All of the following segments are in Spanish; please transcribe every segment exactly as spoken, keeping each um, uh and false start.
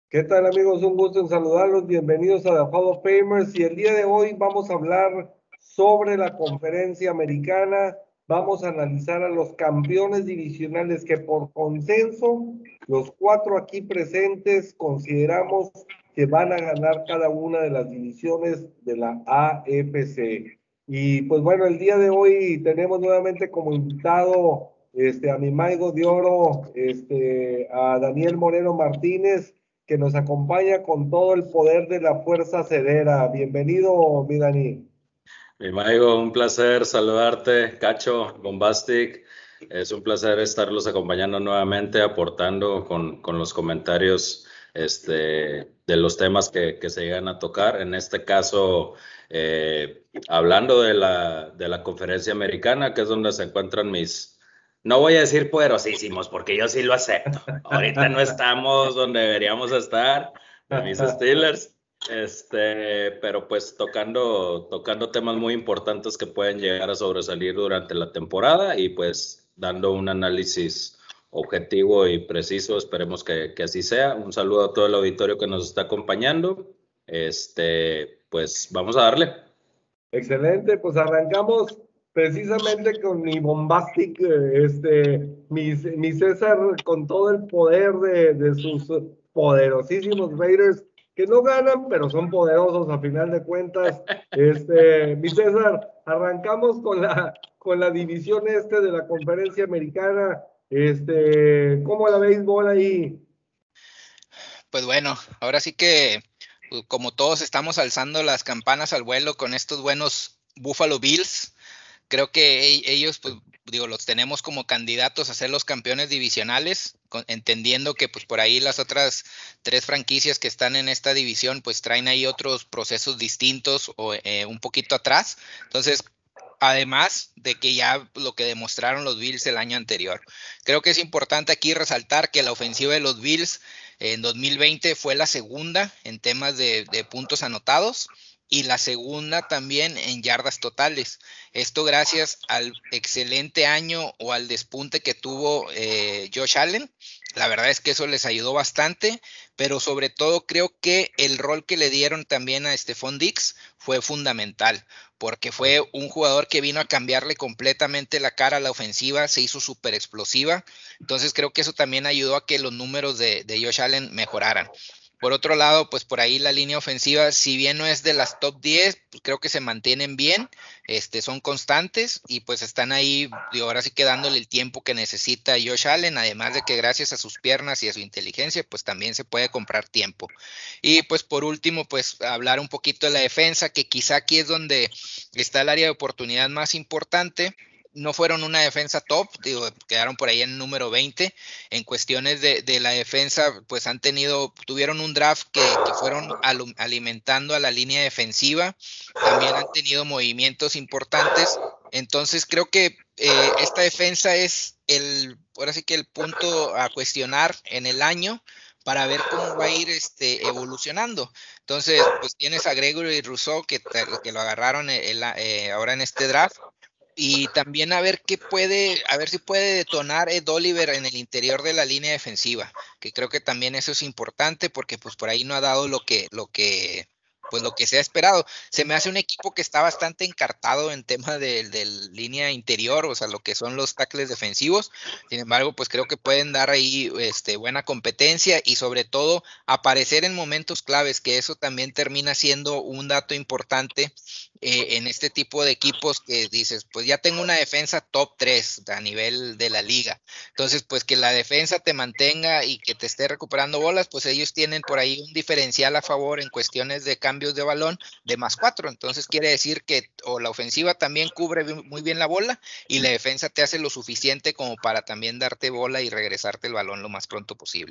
¿Qué tal, amigos? Un gusto en saludarlos. Bienvenidos a The Hall of Famers. Y el día de hoy vamos a hablar sobre la conferencia americana. Vamos a analizar a los campeones divisionales que por consenso, los cuatro aquí presentes, consideramos que van a ganar cada una de las divisiones de la A F C. Y pues bueno, el día de hoy tenemos nuevamente como invitado este, a mi Maigo de Oro, este, a Daniel Moreno Martínez, que nos acompaña con todo el poder de la fuerza cedera. Bienvenido, mi Dani. Mi Maigo, un placer saludarte, Cacho, Bombastic. Es un placer estarlos acompañando nuevamente, aportando con, con los comentarios este, de los temas que, que se llegan a tocar. En este caso, eh, hablando de la, de la conferencia americana, que es donde se encuentran mis, no voy a decir poderosísimos, porque yo sí lo acepto. Ahorita no estamos donde deberíamos estar, de mis Steelers. Este, pero pues tocando, tocando temas muy importantes que pueden llegar a sobresalir durante la temporada y pues dando un análisis objetivo y preciso, esperemos que, que así sea. Un saludo a todo el auditorio que nos está acompañando. Este, pues vamos a darle. Excelente, pues arrancamos precisamente con mi bombastic, eh, este, mi, mi César con todo el poder de, de sus poderosísimos Raiders, que no ganan, pero son poderosos a final de cuentas. Este, mi César, arrancamos con la, con la división este de la conferencia americana. Este, ¿cómo la béisbol ahí? Pues bueno, ahora sí que pues, como todos estamos alzando las campanas al vuelo con estos buenos Buffalo Bills, creo que e- ellos, pues digo, los tenemos como candidatos a ser los campeones divisionales, con- entendiendo que pues por ahí las otras tres franquicias que están en esta división pues traen ahí otros procesos distintos o eh, un poquito atrás. Entonces, además de que ya lo que demostraron los Bills el año anterior. Creo que es importante aquí resaltar que la ofensiva de los Bills en dos mil veinte fue la segunda en temas de, de puntos anotados y la segunda también en yardas totales. Esto gracias al excelente año o al despunte que tuvo eh, Josh Allen. La verdad es que eso les ayudó bastante, pero sobre todo creo que el rol que le dieron también a Stephon Diggs fue fundamental porque fue un jugador que vino a cambiarle completamente la cara a la ofensiva, se hizo súper explosiva, entonces creo que eso también ayudó a que los números de, de Josh Allen mejoraran. Por otro lado, pues por ahí la línea ofensiva, si bien no es de las top diez, pues creo que se mantienen bien, este, son constantes y pues están ahí, digo, ahora sí que dándole el tiempo que necesita Josh Allen, además de que gracias a sus piernas y a su inteligencia, pues también se puede comprar tiempo. Y pues por último, pues hablar un poquito de la defensa, que quizá aquí es donde está el área de oportunidad más importante. No fueron una defensa top, digo, quedaron por ahí en el número veinte. En cuestiones de, de la defensa, pues han tenido, tuvieron un draft que, que fueron alu- alimentando a la línea defensiva. También han tenido movimientos importantes. Entonces creo que eh, esta defensa es el, ahora sí que el punto a cuestionar en el año para ver cómo va a ir este, evolucionando. Entonces, pues tienes a Gregory Rousseau que, te- que lo agarraron el- eh, ahora en este draft. Y también a ver qué puede, a ver si puede detonar Ed Oliver en el interior de la línea defensiva, que creo que también eso es importante porque pues por ahí no ha dado lo que, lo que, pues lo que se ha esperado. Se me hace un equipo que está bastante encartado en tema de, de línea interior, o sea, lo que son los tackles defensivos. Sin embargo, pues creo que pueden dar ahí este, buena competencia y sobre todo aparecer en momentos claves, que eso también termina siendo un dato importante eh, en este tipo de equipos que dices, pues ya tengo una defensa top tres a nivel de la liga. Entonces, pues que la defensa te mantenga y que te esté recuperando bolas, pues ellos tienen por ahí un diferencial a favor en cuestiones de cambios de balón de más cuatro. Entonces quiere decir que o la ofensiva también cubre muy bien la bola y la defensa te hace lo suficiente como para también darte bola y regresarte el balón lo más pronto posible.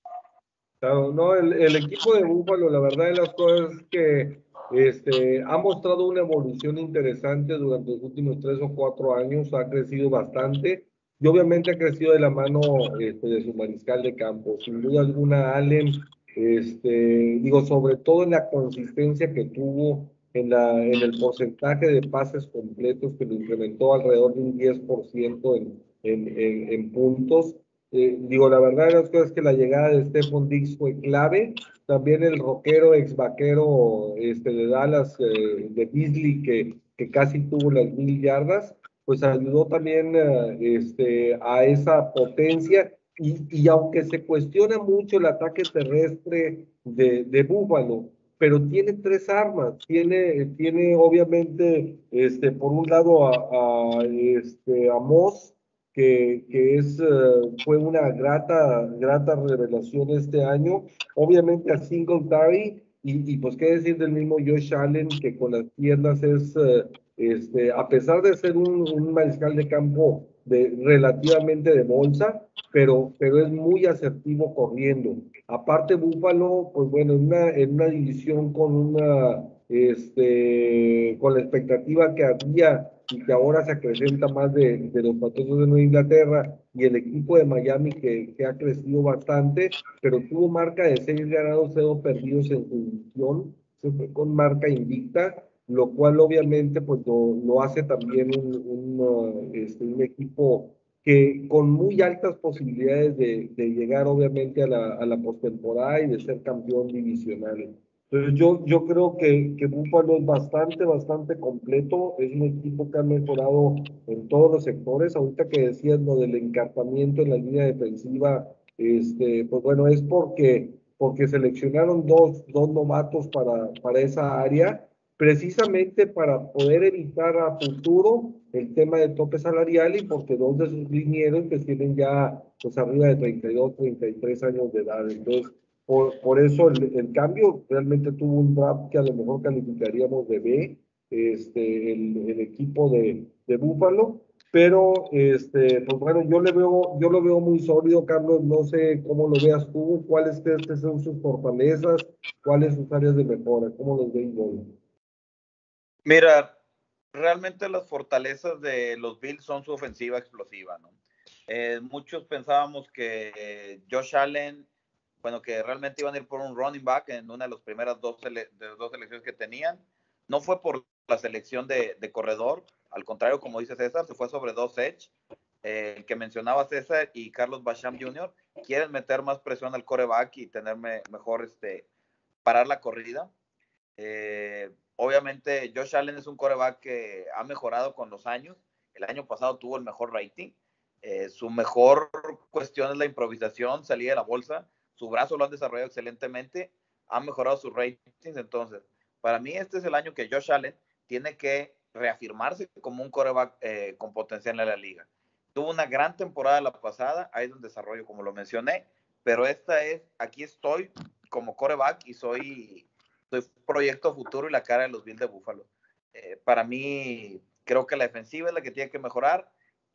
Claro, no, el, el equipo de Búfalo, la verdad de las cosas es que este, ha mostrado una evolución interesante durante los últimos tres o cuatro años, ha crecido bastante y obviamente ha crecido de la mano este, de su mariscal de campo. Sin duda alguna, Allen, este, digo, sobre todo en la consistencia que tuvo en, la, en el porcentaje de pases completos que lo incrementó alrededor de un diez por ciento en, en, en, en puntos. Eh, digo, la verdad de las cosas es que la llegada de Stephon Diggs fue clave. También el rockero, ex vaquero este, de Dallas, eh, de Beasley, que, que casi tuvo las mil yardas, pues ayudó también eh, este, a esa potencia. Y, y aunque se cuestiona mucho el ataque terrestre de, de Buffalo, pero tiene tres armas. Tiene, tiene obviamente, este, por un lado, a, a, este, a Moss, que, que es, uh, fue una grata, grata revelación este año. Obviamente a Singletary, y, y pues qué decir del mismo Josh Allen, que con las piernas es, uh, este, a pesar de ser un, un mariscal de campo de, relativamente de bolsa, pero, pero es muy asertivo corriendo. Aparte Búfalo, pues bueno, en una, en una división con una, este, con la expectativa que había y que ahora se acrecenta más de, de los Patriotas de Nueva Inglaterra y el equipo de Miami que, que ha crecido bastante, pero tuvo marca de seis ganados, cero perdidos en su división, se fue con marca invicta, lo cual obviamente pues lo, lo hace también un, un, uh, este, un equipo que con muy altas posibilidades de, de llegar obviamente a la, a la postemporada y de ser campeón divisional. Entonces yo, yo creo que, que Búfalo es bastante, bastante completo, es un equipo que ha mejorado en todos los sectores. Ahorita que decías lo del encartamiento en la línea defensiva, este, pues bueno, es porque, porque seleccionaron dos, dos novatos para, para esa área, precisamente para poder evitar a futuro el tema de tope salarial y porque dos de sus linieros pues tienen ya pues arriba de treinta y dos, treinta y tres años de edad. Entonces, por, por eso el, el, cambio realmente tuvo un draft que a lo mejor calificaríamos de B, este, el, el equipo de, de Búfalo, pero este, pues bueno, yo le veo, yo lo veo muy sólido, Carlos, no sé cómo lo veas tú, cuáles crees son sus fortalezas, cuáles sus áreas de mejora, cómo los veis hoy. Mira, realmente las fortalezas de los Bills son su ofensiva explosiva, ¿no? Eh, muchos pensábamos que eh, Josh Allen, bueno, que realmente iban a ir por un running back en una de las primeras dos, de las dos selecciones que tenían. No fue por la selección de, de corredor, al contrario, como dice César, se fue sobre dos edge. Eh, el que mencionaba César y Carlos Basham junior quieren meter más presión al quarterback y tener me, mejor este, parar la corrida. Eh, obviamente Josh Allen es un quarterback que ha mejorado con los años. El año pasado tuvo el mejor rating. Eh, su mejor cuestión es la improvisación, salida de la bolsa. Su brazo lo han desarrollado excelentemente. Han mejorado sus ratings. Entonces, para mí este es el año que Josh Allen tiene que reafirmarse como un quarterback eh, con potencial en la liga. Tuvo una gran temporada la pasada. Hay un desarrollo, como lo mencioné. Pero esta es, aquí estoy como quarterback y soy... soy proyecto futuro y la cara de los Bills de Buffalo. Eh, para mí, creo que la defensiva es la que tiene que mejorar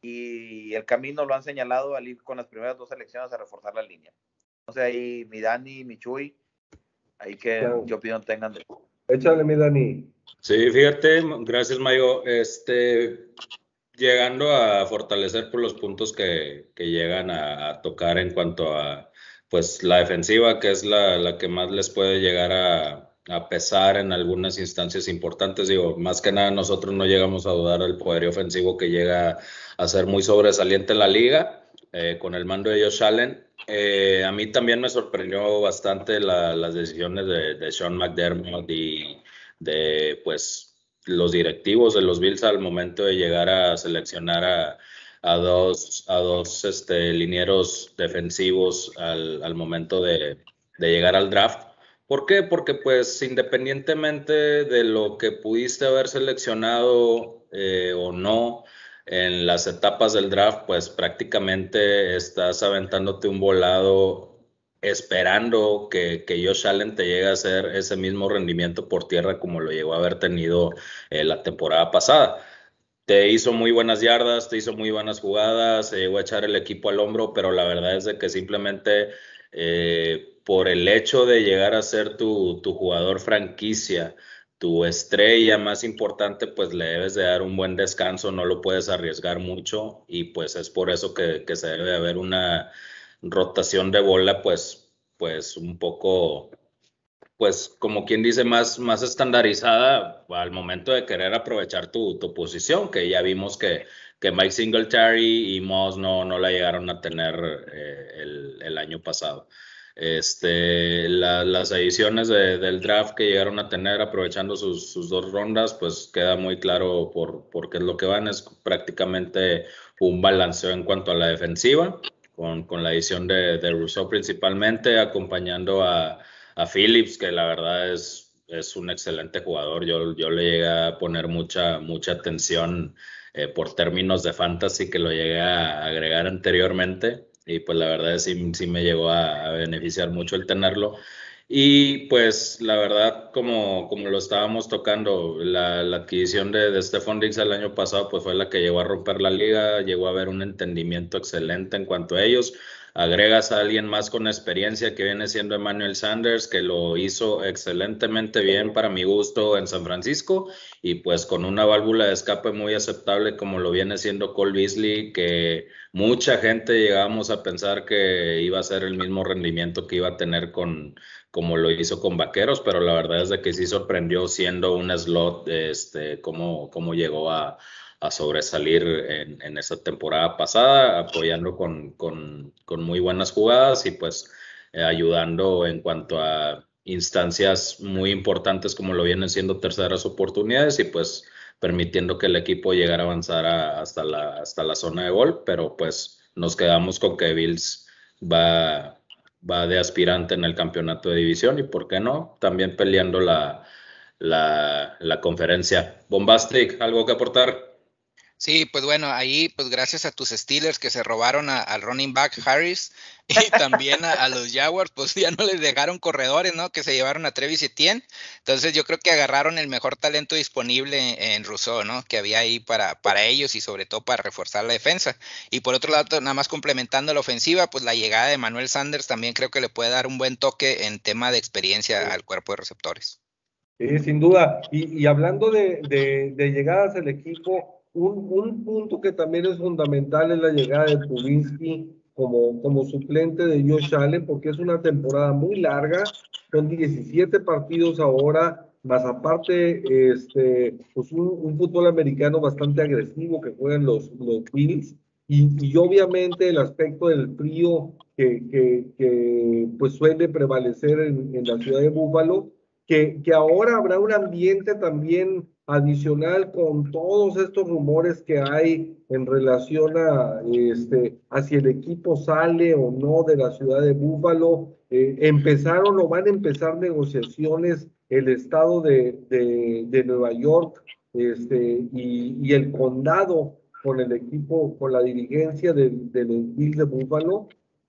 y el camino lo han señalado al ir con las primeras dos selecciones a reforzar la línea. No sé, ahí mi Dani, mi Chuy, ahí que claro. Qué opinión tengan de... Échale, mi Dani. Sí, fíjate, gracias, Mayo. Este, llegando a fortalecer por los puntos que, que llegan a, a tocar en cuanto a pues la defensiva, que es la, la que más les puede llegar a, a pesar en algunas instancias importantes. Digo, más que nada nosotros no llegamos a dudar del poder ofensivo que llega a ser muy sobresaliente en la liga, eh, con el mando de Josh Allen. Eh, a mí también me sorprendió bastante la, las decisiones de, de Sean McDermott y de pues los directivos de los Bills al momento de llegar a seleccionar a, a dos, a dos este, linieros defensivos al, al momento de, de llegar al draft. ¿Por qué? Porque pues independientemente de lo que pudiste haber seleccionado eh, o no en las etapas del draft, pues prácticamente estás aventándote un volado esperando que, que Josh Allen te llegue a hacer ese mismo rendimiento por tierra como lo llegó a haber tenido eh, la temporada pasada. Te hizo muy buenas yardas, te hizo muy buenas jugadas, se llegó a echar el equipo al hombro, pero la verdad es de que simplemente eh, por el hecho de llegar a ser tu, tu jugador franquicia, tu estrella más importante, pues le debes de dar un buen descanso, no lo puedes arriesgar mucho y pues es por eso que, que se debe de haber una rotación de bola, pues, pues un poco, pues como quien dice, más, más estandarizada al momento de querer aprovechar tu, tu posición, que ya vimos que, que Mike Singletary y Moss no, no la llegaron a tener eh, el, el año pasado. Este, la, las ediciones de, del draft que llegaron a tener aprovechando sus, sus dos rondas, pues queda muy claro por, por qué es lo que van. Es prácticamente un balanceo en cuanto a la defensiva, con, con la edición de, de Rousseau principalmente, acompañando a, a Phillips, que la verdad es, es un excelente jugador. Yo, yo le llegué a poner mucha, mucha atención eh, por términos de fantasy que lo llegué a agregar anteriormente. Y pues la verdad es sí, sí me llegó a, a beneficiar mucho el tenerlo. Y pues la verdad, como, como lo estábamos tocando, la, la adquisición de, de Stephon Diggs el año pasado pues fue la que llegó a romper la liga, llegó a haber un entendimiento excelente en cuanto a ellos. Agregas a alguien más con experiencia que viene siendo Emmanuel Sanders, que lo hizo excelentemente bien para mi gusto en San Francisco, y pues con una válvula de escape muy aceptable como lo viene siendo Cole Beasley, que mucha gente llegábamos a pensar que iba a ser el mismo rendimiento que iba a tener con como lo hizo con Vaqueros, pero la verdad es de que sí sorprendió siendo un slot, este, cómo, cómo llegó a, a sobresalir en, en esa temporada pasada, apoyando con, con, con muy buenas jugadas y pues eh, ayudando en cuanto a instancias muy importantes como lo vienen siendo terceras oportunidades y pues permitiendo que el equipo llegara a avanzar a, hasta, la, hasta la zona de gol, pero pues nos quedamos con que Bills va va de aspirante en el campeonato de división y, ¿por qué no?, también peleando la, la, la conferencia. Bombastic, ¿algo que aportar? Sí, pues bueno, ahí pues gracias a tus Steelers que se robaron a- al running back Harris y también a, a los Jaguars, pues ya no les dejaron corredores, ¿no? Que se llevaron a Travis Etienne. Entonces yo creo que agarraron el mejor talento disponible en, en Rousseau, ¿no? Que había ahí para, para ellos y sobre todo para reforzar la defensa. Y por otro lado, nada más complementando la ofensiva, pues la llegada de Manuel Sanders también creo que le puede dar un buen toque en tema de experiencia al cuerpo de receptores. Sí, sin duda. Y, y hablando de, de, de llegadas al equipo, un, un punto que también es fundamental es la llegada de Trubinsky como, como suplente de Josh Allen, porque es una temporada muy larga, son diecisiete partidos ahora, más aparte, este, pues un, un fútbol americano bastante agresivo que juegan los, los Bills, y, y obviamente el aspecto del frío que, que, que pues suele prevalecer en, en la ciudad de Búfalo, que, que ahora habrá un ambiente también adicional con todos estos rumores que hay en relación a este, a si el equipo sale o no de la ciudad de Búfalo. Eh, empezaron o van a empezar negociaciones el estado de, de, de Nueva York este, y, y el condado con el equipo, con la dirigencia de, de los Bills de Búfalo,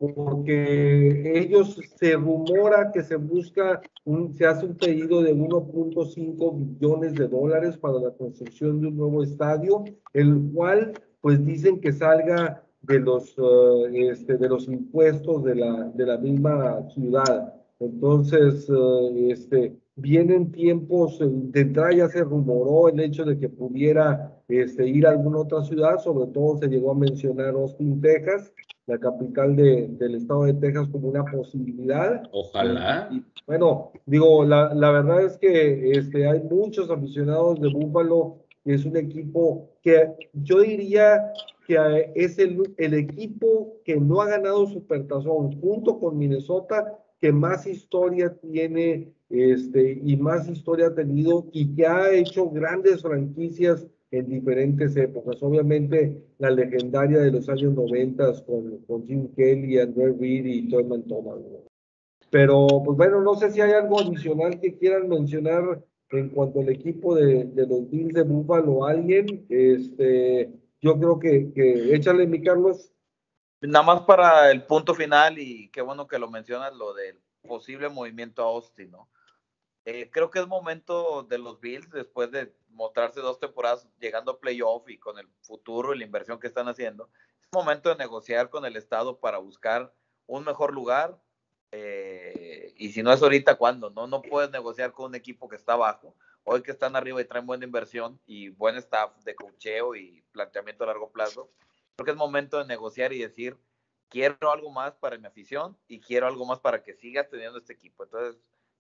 porque ellos se rumora que se busca, un, se hace un pedido de uno punto cinco billones de dólares para la construcción de un nuevo estadio, el cual pues dicen que salga de los, uh, este, de los impuestos de la, de la misma ciudad. Entonces, uh, este, vienen tiempos, de entrada ya se rumoró el hecho de que pudiera este, ir a alguna otra ciudad, sobre todo se llegó a mencionar Austin, Texas, la capital de, del estado de Texas, como una posibilidad. Ojalá. Y, y, bueno, digo, la, la verdad es que este, hay muchos aficionados de Búfalo, que es un equipo que yo diría que es el, el equipo que no ha ganado Supertazón, junto con Minnesota, que más historia tiene este, y más historia ha tenido y que ha hecho grandes franquicias en diferentes épocas. Obviamente la legendaria de los años noventas con, con Jim Kelly, Andrew Reed y Thurman Thomas, ¿no? Pero pues bueno, no sé si hay algo adicional que quieran mencionar en cuanto al equipo de, de los Bills de Buffalo, alguien. Este, yo creo que, que échale, mi Carlos. Nada más para el punto final, y qué bueno que lo mencionas, lo del posible movimiento a Austin, ¿no? Eh, creo que es momento de los Bills, después de mostrarse dos temporadas llegando a playoff y con el futuro y la inversión que están haciendo, es momento de negociar con el Estado para buscar un mejor lugar. Eh, y si no es ahorita, ¿cuándo? ¿no? No puedes negociar con un equipo que está abajo. Hoy que están arriba y traen buena inversión y buen staff de coacheo y planteamiento a largo plazo, creo que es momento de negociar y decir, quiero algo más para mi afición y quiero algo más para que sigas teniendo este equipo. Entonces,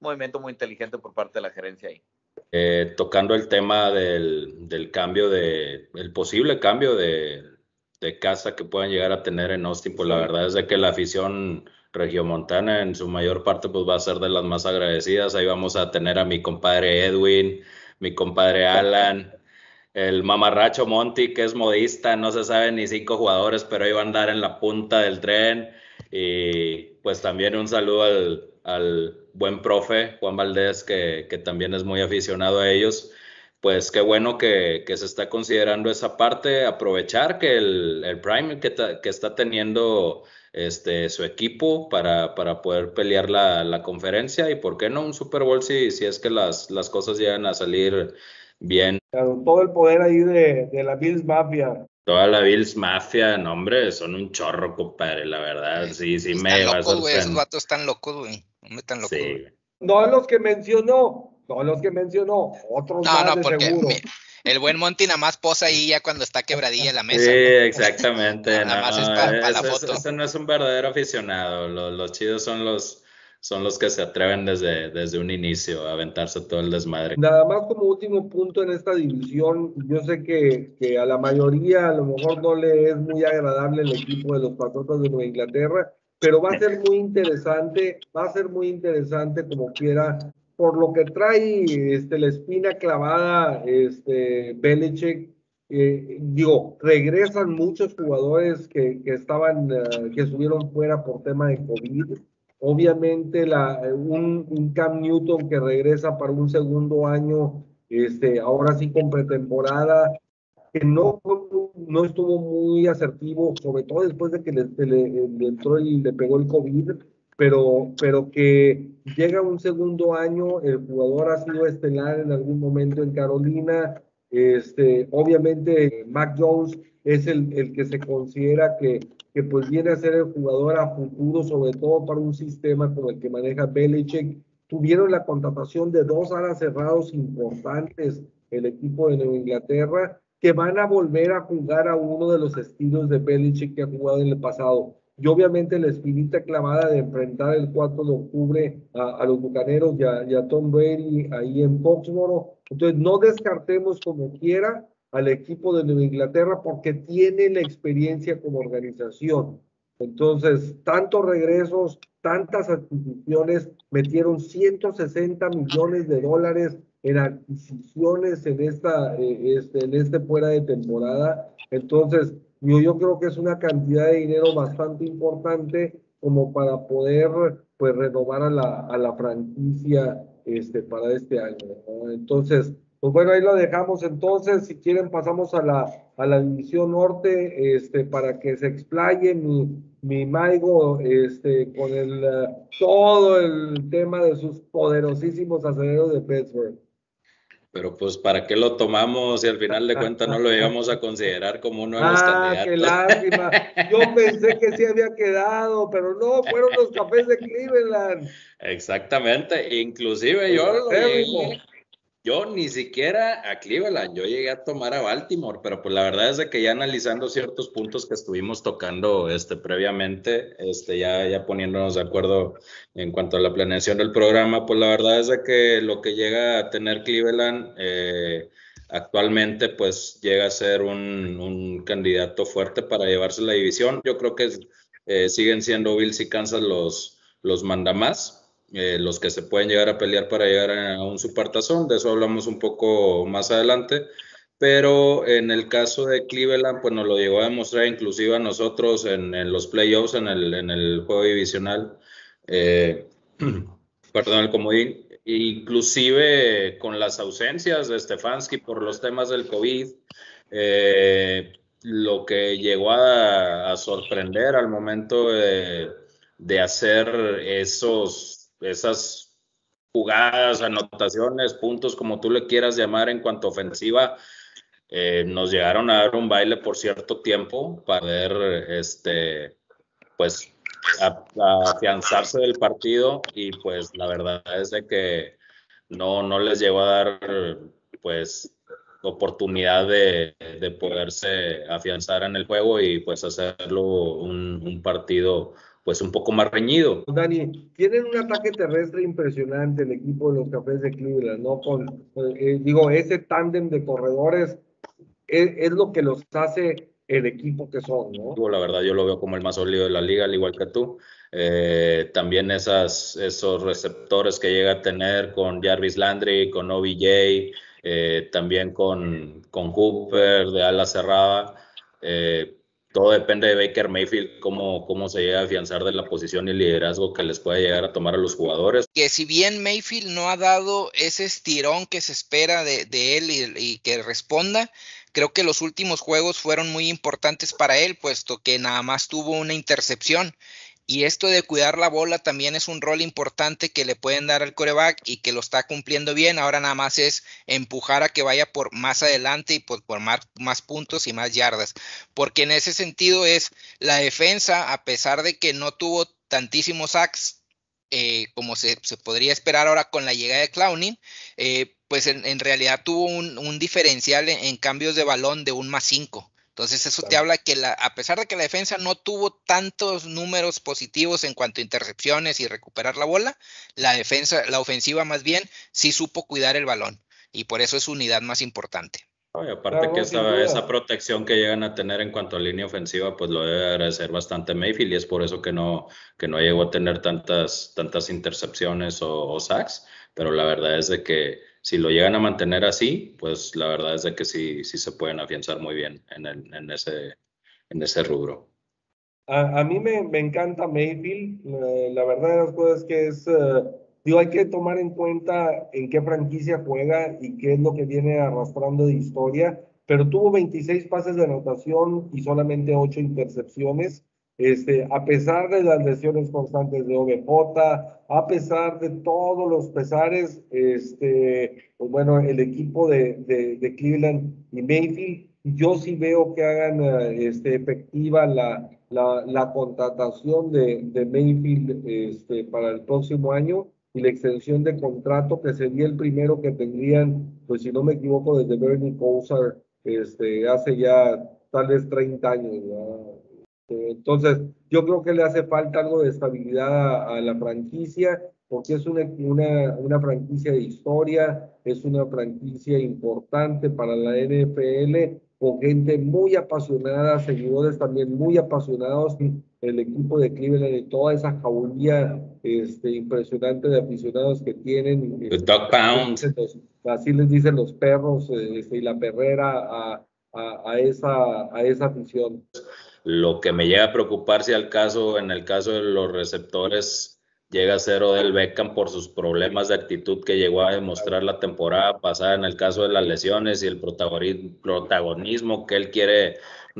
movimiento muy inteligente por parte de la gerencia ahí. Eh, tocando el tema del, del cambio de, el posible cambio de, de casa que puedan llegar a tener en Austin, pues sí. La verdad es de que la afición regiomontana en su mayor parte pues va a ser de las más agradecidas. Ahí vamos a tener a mi compadre Edwin, mi compadre Alan, el mamarracho Monty, que es modista, no se saben ni cinco jugadores, pero ahí va a andar en la punta del tren. Y pues también un saludo al, al buen profe Juan Valdés, que, que también es muy aficionado a ellos. Pues qué bueno que, que se está considerando esa parte, aprovechar que el, el Prime que, ta, que está teniendo este, su equipo para, para poder pelear la, la conferencia, y por qué no un Super Bowl si, si es que las, las cosas llegan a salir bien. Claro, todo el poder ahí de, de la Bills Mafia. Toda la Bills Mafia, no, hombre, son un chorro, compadre, la verdad. Sí, sí, están me va a locos, güey, esos sorprender. vatos están locos, güey. No están locos, Sí. güey. No los que mencionó, no los que mencionó, otros No, más no, de porque seguro. mi- el buen Monty nada más posa ahí ya cuando está quebradilla la mesa. Sí, ¿no? exactamente. Nada No, más es para pa la ese, foto. ese no es un verdadero aficionado. Los, los chidos son los, son los que se atreven desde, desde un inicio a aventarse todo el desmadre. Nada más como último punto en esta división, yo sé que, que a la mayoría a lo mejor no le es muy agradable el equipo de los Patriotas de Nueva Inglaterra, pero va a ser muy interesante, va a ser muy interesante como quiera, por lo que trae este, la espina clavada este, Belichick. Eh, digo, regresan muchos jugadores que, que estaban, uh, que estuvieron fuera por tema de COVID. Obviamente la, un, un Cam Newton que regresa para un segundo año, este, ahora sí con pretemporada, que no, no estuvo muy asertivo, sobre todo después de que le, le, le entró y le pegó el COVID, pero, pero que llega un segundo año, el jugador ha sido estelar en algún momento en Carolina. Este, obviamente Mac Jones es el, el que se considera que, que pues viene a ser el jugador a futuro, sobre todo para un sistema como el que maneja Belichick. Tuvieron la contratación de dos alas cerrados importantes, el equipo de Nueva Inglaterra, que van a volver a jugar a uno de los estilos de Belichick que ha jugado en el pasado. Y obviamente la espinita clavada de enfrentar el cuatro de octubre a, a los Bucaneros y a, y a Tom Brady ahí en Foxborough. Entonces no descartemos como quiera al equipo de Nueva Inglaterra porque tiene la experiencia como organización. Entonces, tantos regresos, tantas adquisiciones, metieron ciento sesenta millones de dólares en adquisiciones en esta, eh, este, en este fuera de temporada. Entonces, yo, yo creo que es una cantidad de dinero bastante importante como para poder pues renovar a la, a la franquicia este, para este año, ¿no? Entonces, pues bueno, ahí lo dejamos. Entonces, si quieren pasamos a la, a la división norte, este, para que se explaye mi, mi Maigo, este, con el, uh, todo el tema de sus poderosísimos aceleros de Pittsburgh. Pero pues, ¿para qué lo tomamos si al final de cuentas no lo íbamos a considerar como uno de los ah, candidatos? ¡Qué lástima! Yo pensé que sí había quedado, pero no, fueron los Cafés de Cleveland. Exactamente, inclusive yo lo llegué, yo ni siquiera a Cleveland, yo llegué a tomar a Baltimore, pero pues la verdad es de que ya analizando ciertos puntos que estuvimos tocando este, previamente, este, ya, ya poniéndonos de acuerdo en cuanto a la planeación del programa, pues la verdad es de que lo que llega a tener Cleveland eh, actualmente pues llega a ser un, un candidato fuerte para llevarse la división. Yo creo que eh, siguen siendo Bills y Kansas los, los mandamás. Eh, los que se pueden llegar a pelear para llegar a un supertazón, de eso hablamos un poco más adelante, pero en el caso de Cleveland, pues nos lo llegó a demostrar inclusive a nosotros en, en los playoffs, en el, en el juego divisional, eh, perdón, el comodín, inclusive con las ausencias de Stefanski por los temas del COVID, eh, lo que llegó a, a sorprender al momento de, de hacer esos esas jugadas, anotaciones, puntos, como tú le quieras llamar en cuanto a ofensiva, eh, nos llegaron a dar un baile por cierto tiempo para poder, este, pues, a, a afianzarse del partido y pues la verdad es de que no, no les llegó a dar, pues, oportunidad de, de poderse afianzar en el juego y pues hacerlo un, un partido pues un poco más reñido. Dani, tienen un ataque terrestre impresionante el equipo de los Cafés de Cleveland, ¿no? Con, eh, digo, ese tándem de corredores es, es lo que los hace el equipo que son, ¿no? La verdad, yo lo veo como el más sólido de la liga, al igual que tú. Eh, también esas, esos receptores que llega a tener con Jarvis Landry, con O B J, eh, también con, con Cooper de ala cerrada. Eh, todo depende de Baker Mayfield, cómo, cómo se llega a afianzar de la posición y liderazgo que les puede llegar a tomar a los jugadores. Que si bien Mayfield no ha dado ese estirón que se espera de, de él y, y que responda, creo que los últimos juegos fueron muy importantes para él, puesto que nada más tuvo una intercepción. Y esto de cuidar la bola también es un rol importante que le pueden dar al quarterback y que lo está cumpliendo bien. Ahora nada más es empujar a que vaya por más adelante y por, por más, más puntos y más yardas. Porque en ese sentido es la defensa, a pesar de que no tuvo tantísimos sacks, eh, como se, se podría esperar ahora con la llegada de Clowney, eh, pues en, en realidad tuvo un, un diferencial en, en cambios de balón de un más cinco. Entonces eso te habla que la, a pesar de que la defensa no tuvo tantos números positivos en cuanto a intercepciones y recuperar la bola, la defensa, la ofensiva más bien, sí supo cuidar el balón y por eso es su unidad más importante. Y aparte claro, que esa, esa protección que llegan a tener en cuanto a línea ofensiva, pues lo debe agradecer bastante Mayfield y es por eso que no, que no llegó a tener tantas, tantas intercepciones o, o sacks, pero la verdad es de que si lo llegan a mantener así, pues la verdad es de que sí, sí se pueden afianzar muy bien en, el, en, ese, en ese rubro. A, a mí me, me encanta Mayfield, la, la verdad de las cosas es que es... Uh, Digo, hay que tomar en cuenta en qué franquicia juega y qué es lo que viene arrastrando de historia, pero tuvo veintiséis pases de anotación y solamente ocho intercepciones, este, a pesar de las lesiones constantes de O B J, a pesar de todos los pesares, este, pues bueno, el equipo de, de, de Cleveland y Mayfield, yo sí veo que hagan este, efectiva la, la, la contratación de, de Mayfield este, para el próximo año, y la extensión de contrato que sería el primero que tendrían, pues si no me equivoco, desde Bernie Kosar, este, hace ya tal vez treinta años, ¿no? Entonces, yo creo que le hace falta algo de estabilidad a, a la franquicia, porque es una, una, una franquicia de historia, es una franquicia importante para la N F L, con gente muy apasionada, seguidores también muy apasionados, el equipo de Cleveland y toda esa jauría este, impresionante de aficionados que tienen. The Dog Pound. Los, así les dicen los perros este, y la perrera a, a, a, esa, a esa afición. Lo que me llega a preocupar si al caso, en el caso de los receptores, llega a ser Odell Beckham por sus problemas de actitud que llegó a demostrar la temporada pasada en el caso de las lesiones y el protagonismo que él quiere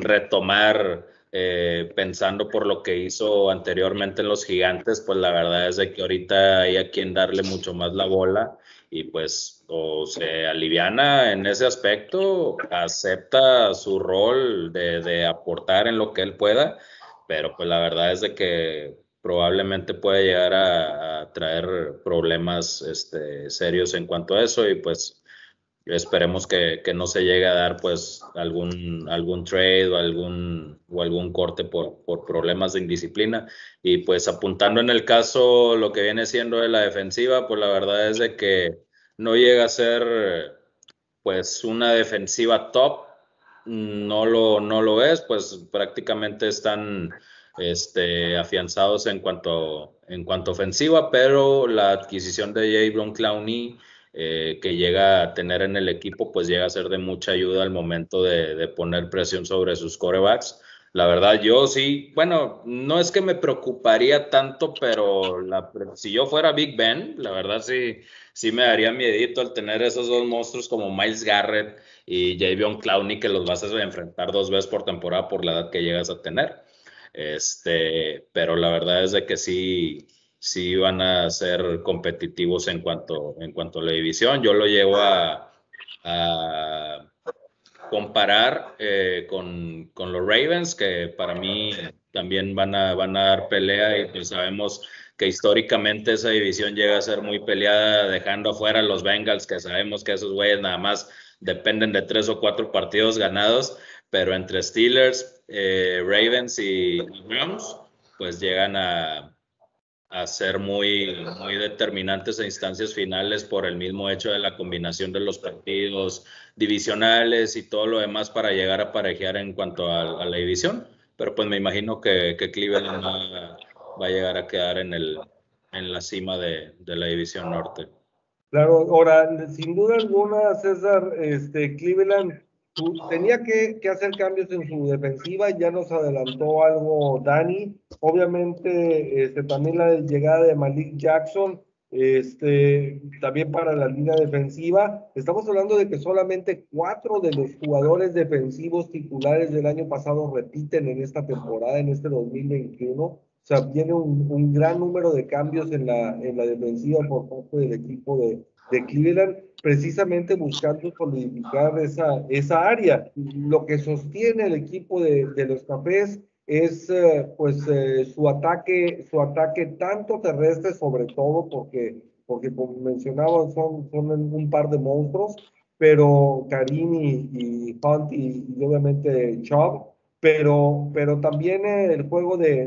retomar eh, pensando por lo que hizo anteriormente en los Gigantes, pues la verdad es de que ahorita hay a quien darle mucho más la bola y pues o se aliviana en ese aspecto, acepta su rol de, de aportar en lo que él pueda, pero pues la verdad es de que probablemente puede llegar a, a traer problemas este, serios en cuanto a eso y pues esperemos que, que no se llegue a dar pues algún, algún trade o algún, o algún corte por, por problemas de indisciplina y pues apuntando en el caso lo que viene siendo de la defensiva, pues la verdad es de que no llega a ser pues una defensiva top, no lo, no lo es, pues prácticamente están este, afianzados en cuanto, en cuanto ofensiva, pero la adquisición de Jadeveon Clowney eh, que llega a tener en el equipo, pues llega a ser de mucha ayuda al momento de, de poner presión sobre sus quarterbacks. La verdad, yo sí, bueno, no es que me preocuparía tanto, pero la, si yo fuera Big Ben, la verdad sí, sí me daría miedito al tener esos dos monstruos como Myles Garrett y Jadeveon Clowney, que los vas a enfrentar dos veces por temporada por la edad que llegas a tener. Este, pero la verdad es de que sí, sí van a ser competitivos en cuanto, en cuanto a la división. Yo lo llevo a, a comparar eh, con, con los Ravens, que para mí también van a, van a dar pelea y pues sabemos que históricamente esa división llega a ser muy peleada, dejando afuera a los Bengals, que sabemos que esos güeyes nada más dependen de tres o cuatro partidos ganados, pero entre Steelers, eh, Ravens y Rams, pues llegan a, a ser muy, muy determinantes a instancias finales por el mismo hecho de la combinación de los partidos divisionales y todo lo demás para llegar a parejear en cuanto a, a la división. Pero pues me imagino que, que Cleveland va, va a llegar a quedar en, el, en la cima de, de la división norte. Claro, ahora, sin duda alguna, César, este, Cleveland tu- tenía que, que hacer cambios en su defensiva, ya nos adelantó algo Dani, obviamente este, también la llegada de Malik Jackson, este, también para la línea defensiva, estamos hablando de que solamente cuatro de los jugadores defensivos titulares del año pasado repiten en esta temporada, en este dos mil veintiuno. O sea, viene un, un gran número de cambios en la, en la defensiva por parte del equipo de, de Cleveland, precisamente buscando solidificar esa, esa área. Lo que sostiene el equipo de, de los Cafés es eh, pues eh, su ataque, su ataque tanto terrestre sobre todo, porque, porque como mencionaba, son, son un par de monstruos, pero Karim y, y Hunt y, y obviamente Chubb, pero, pero también el juego de,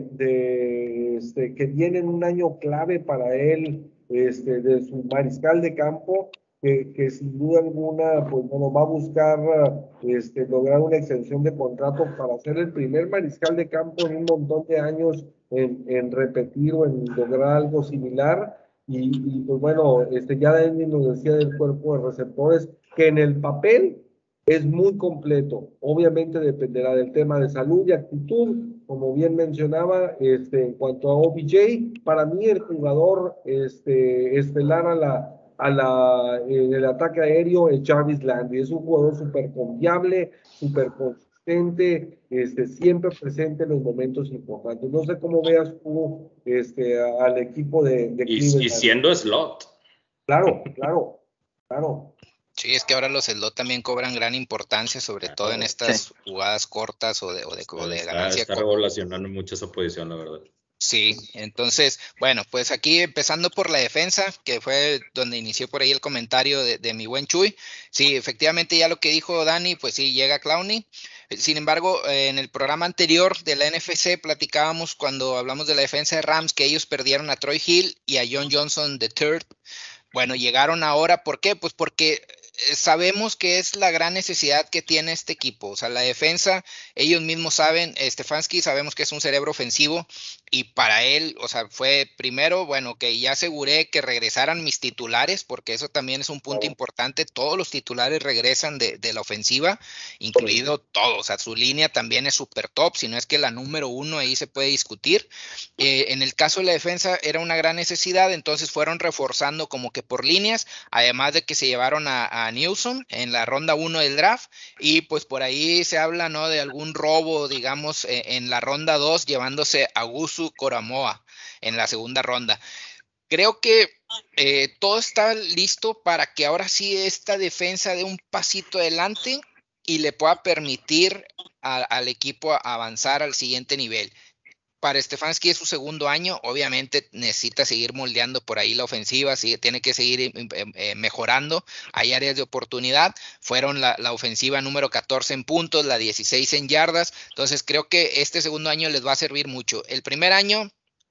de este, que viene en un año clave para él, este, de su mariscal de campo, que, que sin duda alguna, pues bueno, va a buscar este, lograr una extensión de contrato para ser el primer mariscal de campo en un montón de años en, en repetir o en lograr algo similar. Y, y pues bueno, este, ya Dani nos decía del cuerpo de receptores, que en el papel es muy completo. Obviamente dependerá del tema de salud y actitud. Como bien mencionaba, este, en cuanto a O B J, para mí el jugador este, estelar a la, a la, en el ataque aéreo es Jarvis Landry. Es un jugador súper confiable, súper consistente, este, siempre presente en los momentos importantes. No sé cómo veas tú este, al equipo de, de y, Cleveland. y siendo slot. Claro, claro, claro. Sí, es que ahora los slot también cobran gran importancia, sobre todo en estas Sí. jugadas cortas o de, o de, o de Está, ganancia. está revolucionando mucho esa posición, la verdad. Sí, entonces, bueno, pues aquí empezando por la defensa, que fue donde inició por ahí el comentario de, de mi buen Chuy. Sí, efectivamente, ya lo que dijo Dani, pues sí, llega Clowney. Sin embargo, eh, en el programa anterior de la N F C platicábamos cuando hablamos de la defensa de Rams que ellos perdieron a Troy Hill y a John Johnson the third. Bueno, llegaron ahora, ¿por qué? Pues porque sabemos que es la gran necesidad que tiene este equipo. O sea, la defensa, ellos mismos saben, Stefanski sabemos que es un cerebro ofensivo y para él, o sea, fue primero, bueno, que ya aseguré que regresaran mis titulares, porque eso también es un punto oh. importante. Todos los titulares regresan de, de la ofensiva, incluido todos. O sea, su línea también es súper top, si no es que la número uno ahí se puede discutir. Eh, en el caso de la defensa era una gran necesidad, entonces fueron reforzando como que por líneas, además de que se llevaron a, a Newsom en la ronda uno del draft, y pues por ahí se habla, ¿no?, de algún robo, digamos, eh, en la ronda dos, llevándose a Gusu Koramoa en la segunda ronda. Creo que eh, todo está listo para que ahora sí esta defensa dé un pasito adelante y le pueda permitir a, al equipo avanzar al siguiente nivel. Para Stefanski es su segundo año, obviamente necesita seguir moldeando por ahí la ofensiva, sí, tiene que seguir eh, mejorando, hay áreas de oportunidad, fueron la, la ofensiva número catorce en puntos, la dieciséis en yardas, entonces creo que este segundo año les va a servir mucho. El primer año,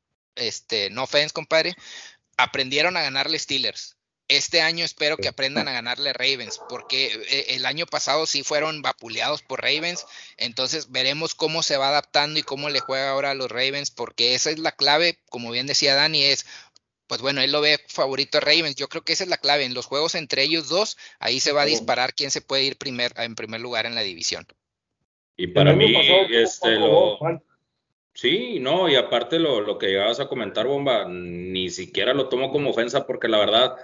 este, no offense, compadre, aprendieron a ganarle Steelers. Este año espero que aprendan a ganarle Ravens, porque el año pasado sí fueron vapuleados por Ravens, entonces veremos cómo se va adaptando y cómo le juega ahora a los Ravens, porque esa es la clave, como bien decía Dani, es, pues bueno, él lo ve favorito a Ravens, yo creo que esa es la clave, en los juegos entre ellos dos, ahí se va a disparar quién se puede ir primer, en primer lugar en la división. Y para mí, este, lo... Sí, no, y aparte lo, lo que llegabas a comentar, Bomba, ni siquiera lo tomo como ofensa porque la verdad,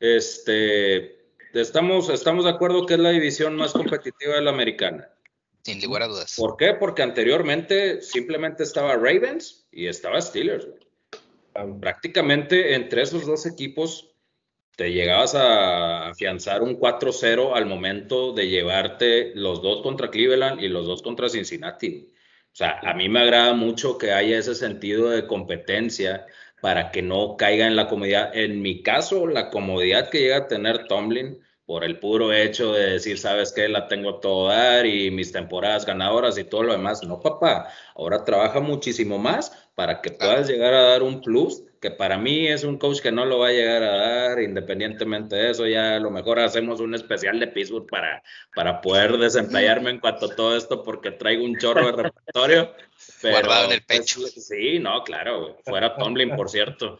este, estamos, estamos de acuerdo que es la división más competitiva de la americana. Sin lugar a dudas. ¿Por qué? Porque anteriormente simplemente estaba Ravens y estaba Steelers. Um, prácticamente entre esos dos equipos te llegabas a afianzar un cuatro cero al momento de llevarte los dos contra Cleveland y los dos contra Cincinnati. O sea, a mí me agrada mucho que haya ese sentido de competencia para que no caiga en la comodidad. En mi caso, la comodidad que llega a tener Tomlin por el puro hecho de decir, ¿sabes qué? La tengo a todo dar y mis temporadas ganadoras y todo lo demás. No, papá, ahora trabaja muchísimo más para que Claro. puedas llegar a dar un plus, que para mí es un coach que no lo va a llegar a dar, independientemente de eso. Ya a lo mejor hacemos un especial de Pittsburgh para, para poder desemplearme en cuanto a todo esto, porque traigo un chorro de repertorio. Guardado en Pero el pecho. pues, sí, no, claro, fuera Tomlin, por cierto.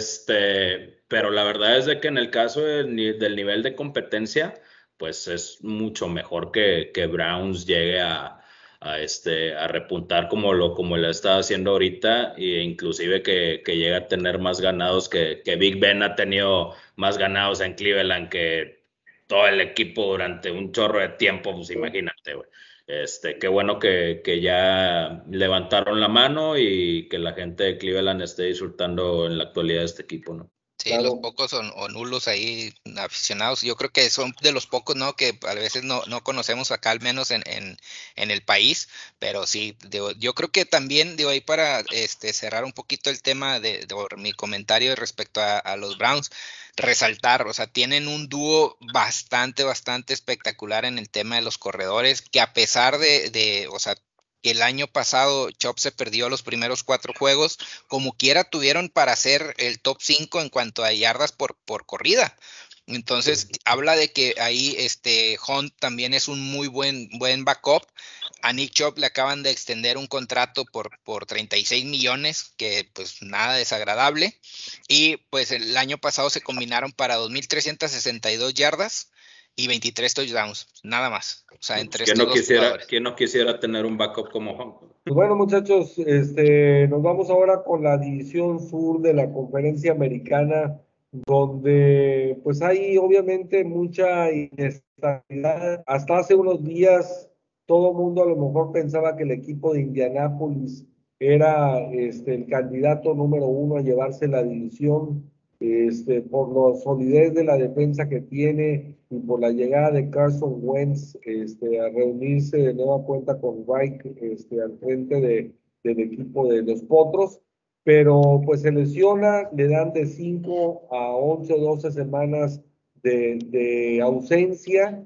Este, pero la verdad es de que en el caso del, ni- del nivel de competencia, pues es mucho mejor que, que Browns llegue a, a, este, a repuntar como lo, como lo está haciendo ahorita, e inclusive que, que llegue a tener más ganados, que, que Big Ben ha tenido más ganados en Cleveland que todo el equipo durante un chorro de tiempo, pues imagínate, güey. Este, qué bueno que, que ya levantaron la mano y que la gente de Cleveland esté disfrutando en la actualidad de este equipo, ¿no? Sí, los Claro. pocos o, o nulos ahí aficionados, yo creo que son de los pocos, ¿no? Que a veces no, no conocemos acá, al menos en, en, en el país, pero sí, digo, yo creo que también, digo, ahí para este, cerrar un poquito el tema de, de mi comentario respecto a, a los Browns, resaltar, o sea, tienen un dúo bastante, bastante espectacular en el tema de los corredores, que a pesar de, de o sea, que el año pasado Chop se perdió los primeros cuatro juegos, como quiera tuvieron para ser el top cinco en cuanto a yardas por, por corrida. Entonces, habla de que ahí este Hunt también es un muy buen, buen backup. A Nick Chubb le acaban de extender un contrato por, por treinta y seis millones, que pues nada desagradable. Y pues el año pasado se combinaron para dos mil trescientas sesenta y dos yardas y veintitrés touchdowns, nada más. O sea, entre ¿Quién estos no dos quisiera, jugadores. quién no quisiera tener un backup como Hunt? Pues bueno, muchachos, este, nos vamos ahora con la división sur de la conferencia americana, donde pues hay obviamente mucha inestabilidad. Hasta hace unos días todo el mundo a lo mejor pensaba que el equipo de Indianápolis era este, el candidato número uno a llevarse la división, este, por la solidez de la defensa que tiene y por la llegada de Carson Wentz este, a reunirse de nueva cuenta con Reich este, al frente de, del equipo de los Potros, pero pues se lesiona, le dan de cinco a once o doce semanas de, de ausencia,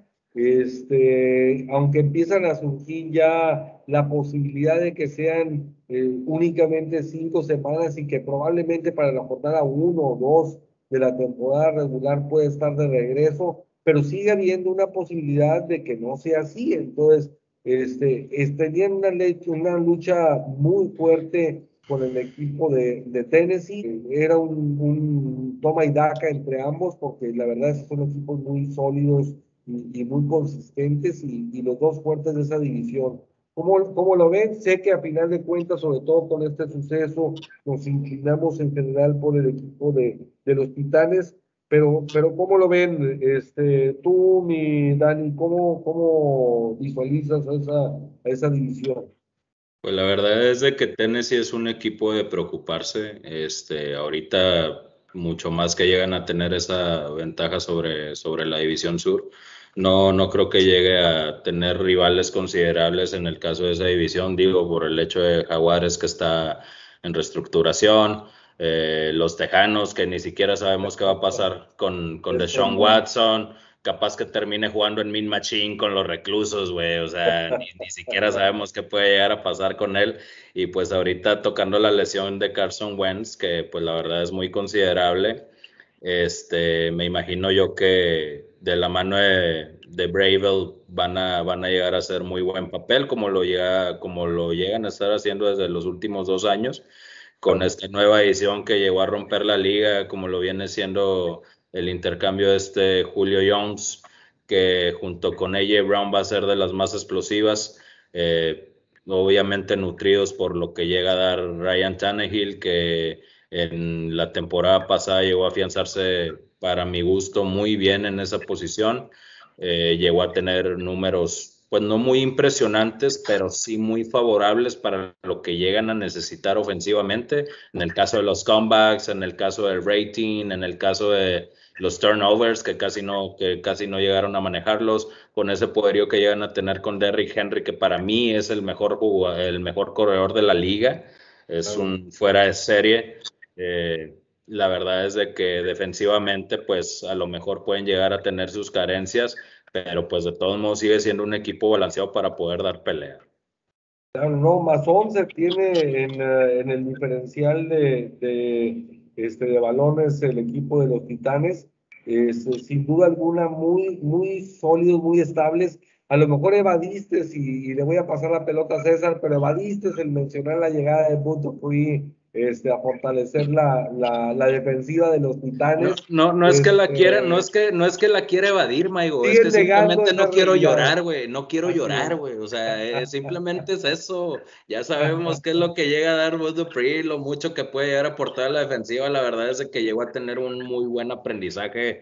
este, aunque empiezan a surgir ya la posibilidad de que sean eh, únicamente cinco semanas y que probablemente para la jornada uno o dos de la temporada regular puede estar de regreso, pero sigue habiendo una posibilidad de que no sea así. Entonces, este, tenían una, una lucha muy fuerte con el equipo de, de Tennessee. Era un, un toma y daca entre ambos, porque la verdad es que son equipos muy sólidos y, y muy consistentes y, y los dos fuertes de esa división. ¿Cómo, ¿Cómo lo ven? Sé que a final de cuentas, sobre todo con este suceso, nos inclinamos en general por el equipo de, de los Titanes, pero, pero ¿cómo lo ven? Este, tú, mi Dani, ¿cómo, cómo visualizas a esa, a esa división? Pues la verdad es de que Tennessee es un equipo de preocuparse. Este, ahorita mucho más que llegan a tener esa ventaja sobre, sobre la División Sur. No, no creo que llegue a tener rivales considerables en el caso de esa división, digo, por el hecho de Jaguares que está en reestructuración, eh, los Tejanos que ni siquiera sabemos qué va a pasar con, con Deshaun Watson, capaz que termine jugando en Min Machine con los reclusos, güey, o sea, ni, ni siquiera sabemos qué puede llegar a pasar con él, y pues ahorita tocando la lesión de Carson Wentz, que pues la verdad es muy considerable, este, me imagino yo que de la mano de, de Bravel van a, van a llegar a hacer muy buen papel, como lo, llega, como lo llegan a estar haciendo desde los últimos dos años, con esta nueva edición que llegó a romper la liga, como lo viene siendo el intercambio de este Julio Jones, que junto con A J Brown va a ser de las más explosivas, eh, obviamente nutridos por lo que llega a dar Ryan Tannehill, que en la temporada pasada llegó a afianzarse para mi gusto muy bien en esa posición, eh, llegó a tener números pues no muy impresionantes, pero sí muy favorables para lo que llegan a necesitar ofensivamente, en el caso de los comebacks, en el caso del rating, en el caso de los turnovers, que casi no, que casi no llegaron a manejarlos, con ese poderío que llegan a tener con Derrick Henry, que para mí es el mejor jugador, el mejor corredor de la liga, es un fuera de serie. Eh, la verdad es de que defensivamente, pues a lo mejor pueden llegar a tener sus carencias, pero pues de todos modos sigue siendo un equipo balanceado para poder dar pelea. Claro, no, más once tiene en, eh, en el diferencial de, de, este, de balones el equipo de los Titanes. Es, eh, sin duda alguna muy, muy sólidos, muy estables. A lo mejor evadiste, y, y le voy a pasar la pelota a César, pero evadiste el mencionar la llegada de Bud Dupree, este, a fortalecer la, la, la defensiva de los No, Titanes. no, no es que la quiera, no Este, es que, no es que la quiera evadir, Maigo, es siguen que negando simplemente esa no quiero realidad. llorar, güey, no quiero Así llorar, es. güey, o sea, eh, simplemente es eso, ya sabemos qué es lo que llega a dar Bud Dupree, lo mucho que puede llegar a aportar a la defensiva, la verdad es de que llegó a tener un muy buen aprendizaje,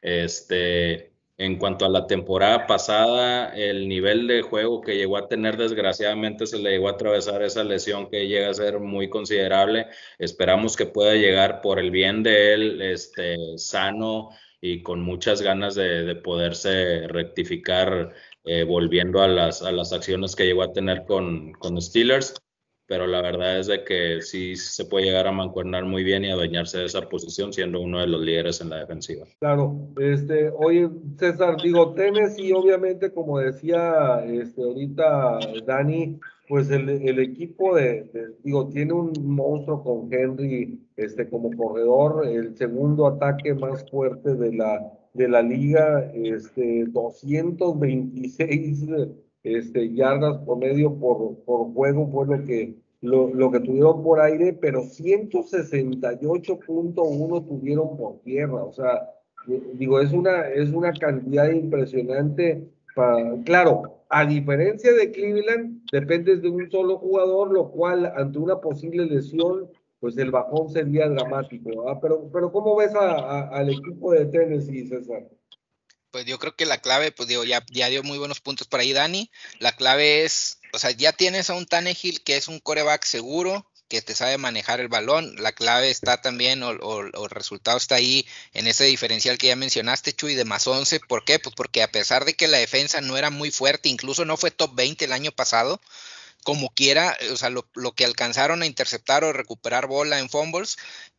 este, en cuanto a la temporada pasada, el nivel de juego que llegó a tener, desgraciadamente se le llegó a atravesar esa lesión que llega a ser muy considerable. Esperamos que pueda llegar por el bien de él, este, sano y con muchas ganas de, de poderse rectificar, eh, volviendo a las, a las acciones que llegó a tener con, con Steelers. Pero la verdad es de que sí se puede llegar a mancuernar muy bien y adueñarse de esa posición, siendo uno de los líderes en la defensiva. Claro, este, oye, César, digo, Tennessee, obviamente, como decía este, ahorita Dani, pues el, el equipo de, de- digo, tiene un monstruo con Henry este, como corredor, el segundo ataque más fuerte de la, de la liga, este, doscientos veintiséis este, yardas promedio por, por juego fue lo que, lo, lo que tuvieron por aire, pero ciento sesenta y ocho punto uno tuvieron por tierra, o sea, digo, es una, es una cantidad impresionante. Para, claro, a diferencia de Cleveland, dependes de un solo jugador, lo cual ante una posible lesión, pues el bajón sería dramático. ¿Ah? Pero, pero ¿cómo ves a, a, al equipo de Tennessee, César? Pues yo creo que la clave, pues digo, ya, ya dio muy buenos puntos por ahí, Dani. La clave es, o sea, ya tienes a un Tannehill que es un coreback seguro, que te sabe manejar el balón. La clave está también, o, o, o el resultado está ahí en ese diferencial que ya mencionaste, Chuy, de más once. ¿Por qué? Pues porque a pesar de que la defensa no era muy fuerte, incluso no fue top veinte el año pasado, como quiera, o sea, lo, lo que alcanzaron a interceptar o recuperar bola en fumbles,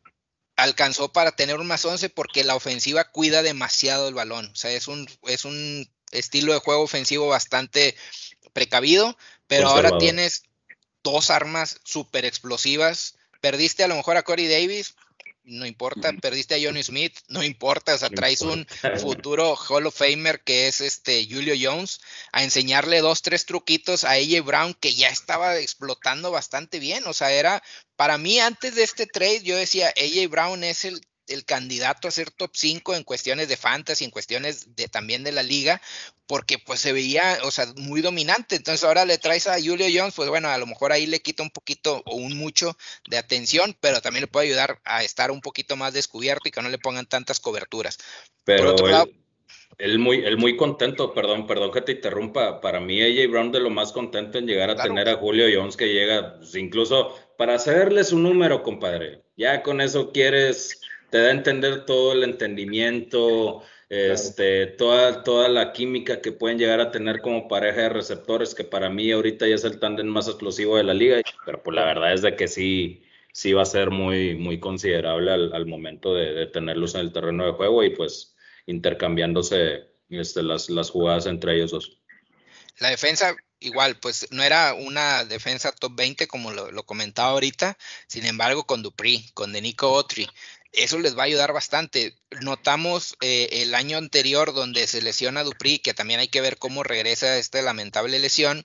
alcanzó para tener un más once porque la ofensiva cuida demasiado el balón. O sea, es un, es un estilo de juego ofensivo bastante precavido, pero ahora Conservador. tienes dos armas súper explosivas. Perdiste a lo mejor a Corey Davis, no importa, perdiste a Johnny Smith, no importa, o sea, No traes un importa. futuro Hall of Famer que es este Julio Jones, a enseñarle dos, tres truquitos a A J Brown que ya estaba explotando bastante bien, o sea, era, para mí antes de este trade yo decía, A J Brown es el, el candidato a ser top cinco en cuestiones de fantasy, en cuestiones de también de la liga, porque pues se veía, o sea, muy dominante. Entonces ahora le traes a Julio Jones, pues bueno, a lo mejor ahí le quita un poquito o un mucho de atención, pero también le puede ayudar a estar un poquito más descubierto y que no le pongan tantas coberturas. Por otro Pero lado, él, él muy, él muy contento, perdón, perdón que te interrumpa. Para mí, A J Brown de lo más contento en llegar a claro, tener a Julio Jones que llega, pues, incluso para hacerle su número, compadre. Ya con eso quieres, te da a entender todo el entendimiento, Claro. este, toda, toda la química que pueden llegar a tener como pareja de receptores, que para mí ahorita ya es el tándem más explosivo de la liga. Pero pues la verdad es de que sí, sí va a ser muy, muy considerable al, al momento de, de tenerlos en el terreno de juego y pues intercambiándose este, las, las jugadas entre ellos dos. la defensa igual, pues no era una defensa top veinte como lo, lo comentaba ahorita, sin embargo con Dupree, con Denico Autry, eso les va a ayudar bastante. Notamos eh, el año anterior donde se lesiona Dupree, que también hay que ver cómo regresa esta lamentable lesión,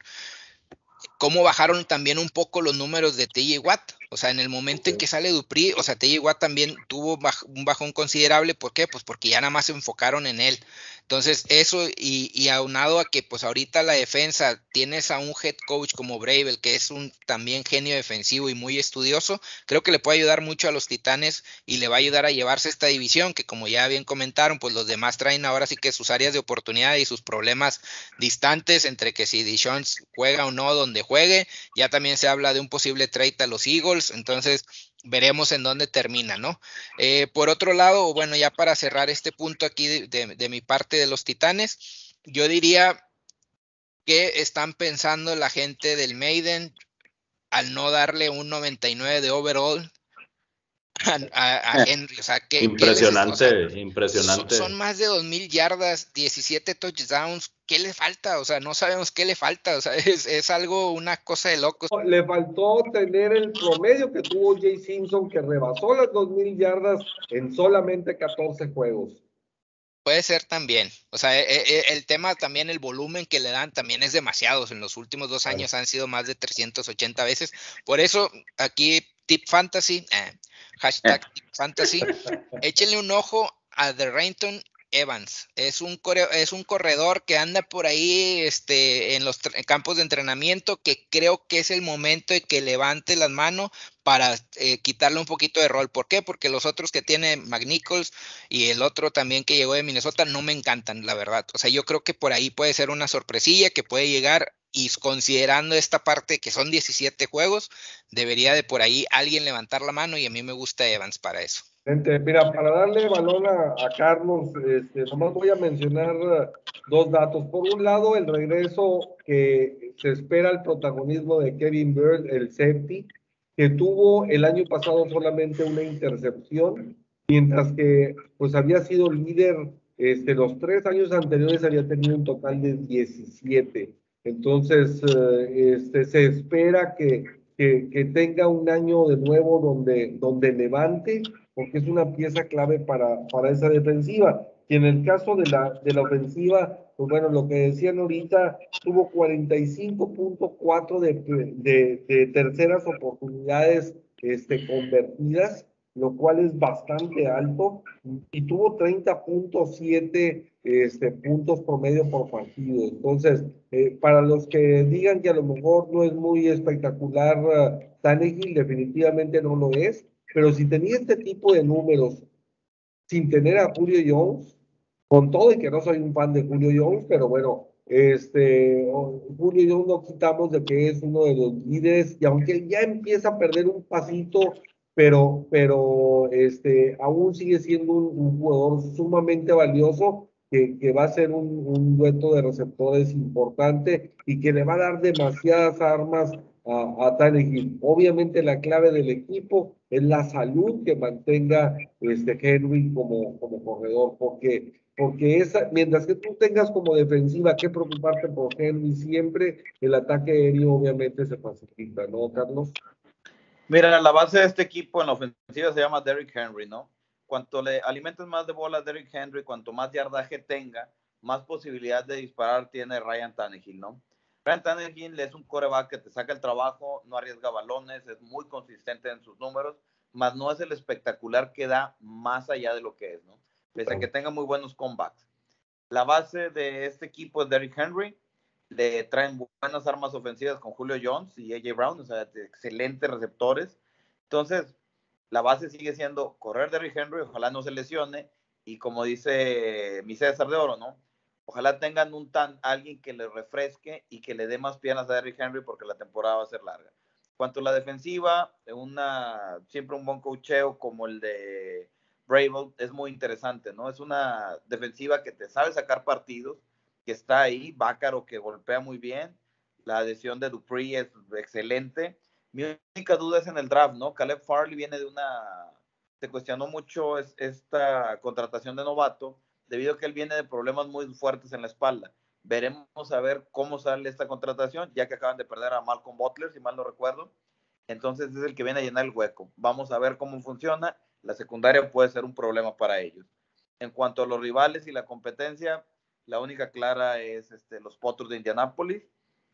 cómo bajaron también un poco los números de T J Watt. O sea, en el momento en que sale Dupree, o sea, T J Watt también tuvo baj un bajón considerable. ¿Por qué? Pues porque ya nada más se enfocaron en él. Entonces, eso y, y aunado a que pues ahorita la defensa, tienes a un head coach como Bravel, que es un también genio defensivo y muy estudioso, creo que le puede ayudar mucho a los Titanes y le va a ayudar a llevarse esta división, que como ya bien comentaron, pues los demás traen ahora sí que sus áreas de oportunidad y sus problemas distantes entre que si Deshaun juega o no donde juegue. Ya también se habla de un posible trade a los Eagles, entonces veremos en dónde termina, ¿no? Eh, por otro lado, bueno, ya para cerrar este punto aquí de, de, de mi parte de los Titanes, yo diría que están pensando la gente del Maiden al no darle un noventa y nueve de overall a, a Henry. O sea, ¿qué, impresionante, ¿qué les, o sea, impresionante. Son, son más de dos mil yardas, diecisiete touchdowns. ¿Qué le falta? O sea, no sabemos qué le falta. O sea, es, es algo, una cosa de locos. Le faltó tener el promedio que tuvo Jay Simpson, que rebasó las dos mil yardas en solamente catorce juegos. Puede ser también. O sea, e, e, el tema también, el volumen que le dan también es demasiado. En los últimos dos años han sido más de trescientas ochenta veces. Por eso, aquí, Tip Fantasy, eh, hashtag Tip Fantasy, échenle un ojo a Darrynton Evans. Es un, core, es un corredor que anda por ahí este, en los campos de entrenamiento, que creo que es el momento de que levante las manos para eh, quitarle un poquito de rol. ¿Por qué? Porque los otros que tiene McNichols y el otro también que llegó de Minnesota no me encantan, la verdad. O sea, yo creo que por ahí puede ser una sorpresilla que puede llegar, y considerando esta parte que son diecisiete juegos, debería de por ahí alguien levantar la mano, y a mí me gusta Evans para eso. Mira, para darle balón a, a Carlos, este, nomás voy a mencionar dos datos. Por un lado, el regreso que se espera el protagonismo de Kevin Byrd, el safety, que tuvo el año pasado solamente una intercepción, mientras que pues había sido líder, este, los tres años anteriores había tenido un total de diecisiete. Entonces, eh, este, se espera que, que, que tenga un año de nuevo donde, donde levante, porque es una pieza clave para, para esa defensiva. Y en el caso de la, de la ofensiva, pues bueno, lo que decían ahorita, tuvo cuarenta y cinco punto cuatro de, de, de terceras oportunidades este, convertidas, lo cual es bastante alto, y tuvo treinta punto siete este, puntos promedio por partido. Entonces, eh, para los que digan que a lo mejor no es muy espectacular, uh, Tannehill definitivamente no lo es, pero si tenía este tipo de números sin tener a Julio Jones, con todo y que no soy un fan de Julio Jones, pero bueno, este, Julio Jones no quitamos de que es uno de los líderes, y aunque ya empieza a perder un pasito, pero, pero este, aún sigue siendo un, un jugador sumamente valioso, que, que va a ser un, un dueto de receptores importante y que le va a dar demasiadas armas a, a Tannehill. Obviamente la clave del equipo es la salud que mantenga este Henry como, como corredor, porque, porque esa, mientras que tú tengas como defensiva que preocuparte por Henry siempre, el ataque aéreo obviamente se facilita, ¿no, Carlos? Mira, la base de este equipo en la ofensiva se llama Derrick Henry, ¿no? Cuanto le alimentes más de bola a Derrick Henry, cuanto más yardaje tenga, más posibilidad de disparar tiene Ryan Tannehill, ¿no? Ryan Tannehill es un quarterback que te saca el trabajo, no arriesga balones, es muy consistente en sus números, más no es el espectacular que da más allá de lo que es, ¿no? Pese a que tenga muy buenos comebacks. La base de este equipo es Derrick Henry, le traen buenas armas ofensivas con Julio Jones y A J Brown, o sea, excelentes receptores. Entonces, la base sigue siendo correr Derrick Henry, ojalá no se lesione, y como dice mi César de Oro, ¿no? Ojalá tengan un tan, alguien que le refresque y que le dé más piernas a Derrick Henry, porque la temporada va a ser larga. Cuanto a la defensiva, una, siempre un buen coacheo como el de Vrabel es muy interesante, ¿no? Es una defensiva que te sabe sacar partidos, que está ahí, Bácaro que golpea muy bien, la adhesión de Dupree es excelente. Mi única duda es en el draft, ¿no? Caleb Farley viene de una, se cuestionó mucho es, esta contratación de novato, debido a que él viene de problemas muy fuertes en la espalda. Veremos a ver cómo sale esta contratación, ya que acaban de perder a Malcolm Butler, si mal no recuerdo. Entonces es el que viene a llenar el hueco. Vamos a ver cómo funciona. La secundaria puede ser un problema para ellos. En cuanto a los rivales y la competencia, la única clara es este, los Potros de Indianápolis.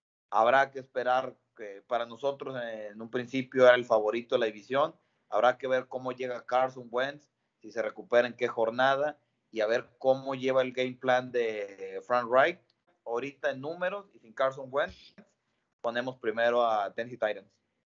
Habrá que esperar, que para nosotros en un principio era el favorito de la división. Habrá que ver cómo llega Carson Wentz, si se recupera en qué jornada, y a ver cómo lleva el game plan de Frank Reich. Ahorita en números y sin Carson Wentz, ponemos primero a Tennessee Titans.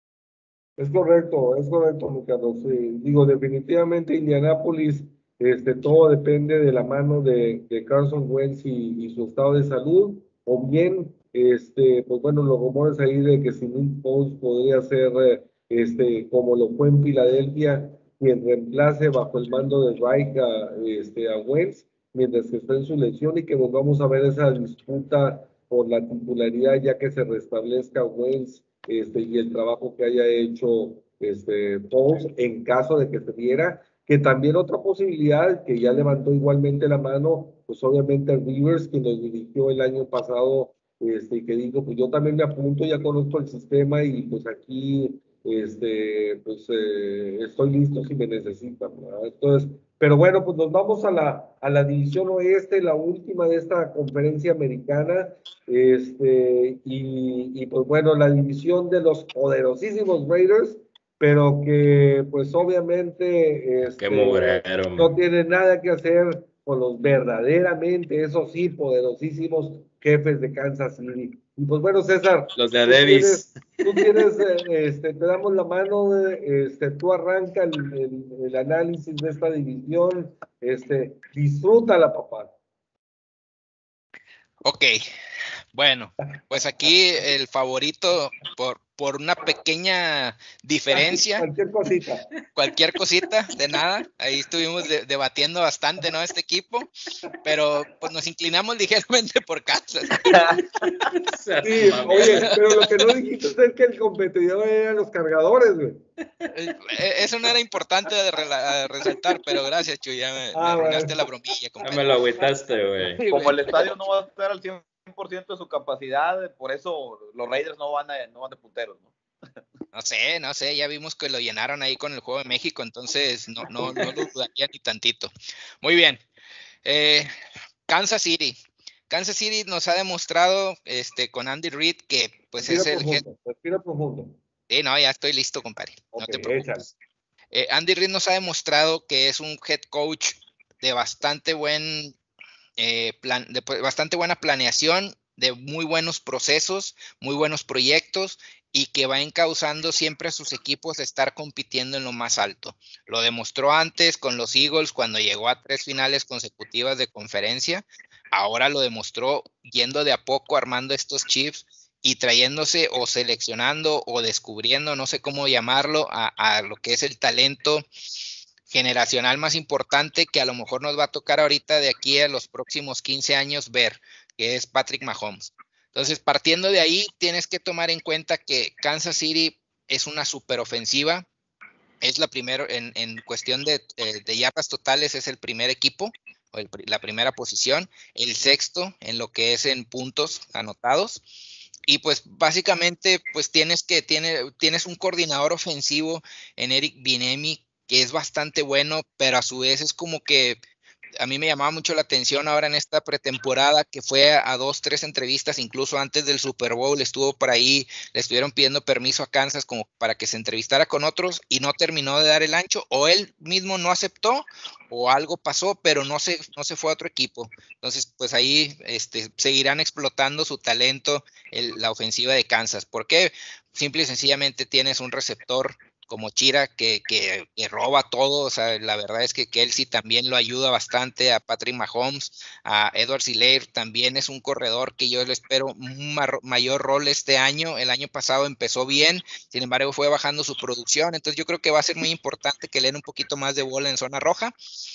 Es correcto, es correcto, mi Carlos. Sí, digo, definitivamente Indianápolis, este, todo depende de la mano de, de Carson Wentz y, y su estado de salud, o bien, este, pues bueno, los rumores ahí de que si Nick Foles podría ser, este, como lo fue en Filadelfia, quien reemplace bajo el mando de Reich a, este, a Wentz, mientras que está en su lesión, y que volvamos a ver esa disputa por la titularidad ya que se restablezca Wentz, Este, y el trabajo que haya hecho este, Foles en caso de que se diera, que también otra posibilidad que ya levantó igualmente la mano, pues obviamente Rivers, que nos dirigió el año pasado, este, que dijo, pues yo también me apunto, ya conozco el sistema y pues aquí, este, pues eh, estoy listo si me necesitan, ¿verdad? Entonces, pero bueno, pues nos vamos a la, a la división oeste, la última de esta conferencia americana, este, y, y pues bueno, la división de los poderosísimos Raiders, pero que pues obviamente Qué este, mugrero, no man. tiene nada que hacer con los verdaderamente, eso sí, poderosísimos jefes de Kansas City. Y pues bueno, César, Los de tú tienes, Davis. tú tienes, eh, este, te damos la mano, eh, este, tú arranca el, el, el análisis de esta división, este, disfrútala, papá. Ok, bueno, pues aquí el favorito por, por una pequeña diferencia, Cualquier cosita. cualquier cosita, de nada, ahí estuvimos de- debatiendo bastante, ¿no? Este equipo, pero pues nos inclinamos ligeramente por Kansas. Seas Sí, mamón. oye, pero lo que no dijiste es que el competidor eran los cargadores, güey. Eh, Eso no era importante de rela- a resaltar, pero gracias, Chuy, ya me, me Ah, arruinaste bueno. la bromilla, Ya compadre. me lo agüitaste, güey. Sí, Como güey. el estadio no va a estar al cien por ciento de su capacidad, por eso los Raiders no van, a, no van de punteros, ¿no? No sé, no sé, ya vimos que lo llenaron ahí con el Juego de México, entonces no, no, no lo dudaría ni tantito. Muy bien. Eh, Kansas City. Kansas City nos ha demostrado este, con Andy Reid que pues Respira es el head. profundo, respira profundo. Sí, no, ya estoy listo, compadre. No Ok, te échale. preocupes. Eh, Andy Reid nos ha demostrado que es un head coach de bastante buen eh, plan, de pues, bastante buena planeación, de muy buenos procesos, muy buenos proyectos y que va encauzando siempre a sus equipos a estar compitiendo en lo más alto. Lo demostró antes con los Eagles cuando llegó a tres finales consecutivas de conferencia. Ahora lo demostró yendo de a poco armando estos Chiefs y trayéndose o seleccionando o descubriendo, no sé cómo llamarlo, a, a lo que es el talento generacional más importante que a lo mejor nos va a tocar ahorita de aquí a los próximos quince años ver, que es Patrick Mahomes. Entonces, partiendo de ahí, tienes que tomar en cuenta que Kansas City es una superofensiva, es la primera, en, en cuestión de, eh, de yardas totales, es el primer equipo, o el, la primera posición, el sexto en lo que es en puntos anotados. Y pues básicamente pues tienes que tiene, tienes un coordinador ofensivo en Eric Bieniemy que es bastante bueno, pero a su vez es como que a mí me llamaba mucho la atención ahora en esta pretemporada que fue a, a dos, tres entrevistas, incluso antes del Super Bowl estuvo por ahí, le estuvieron pidiendo permiso a Kansas como para que se entrevistara con otros y no terminó de dar el ancho, o él mismo no aceptó, o algo pasó, pero no se, no se fue a otro equipo. Entonces, pues ahí este, seguirán explotando su talento el, la ofensiva de Kansas. ¿Por qué? Simple y sencillamente tienes un receptor como Chira, que, que, que roba todo, o sea, la verdad es que Kelsey también lo ayuda bastante, a Patrick Mahomes, a Edward Helaire también es un corredor que yo le espero un mar, mayor rol este año, el año pasado empezó bien, sin embargo fue bajando su producción, entonces yo creo que va a ser muy importante que le den un poquito más de bola en zona roja,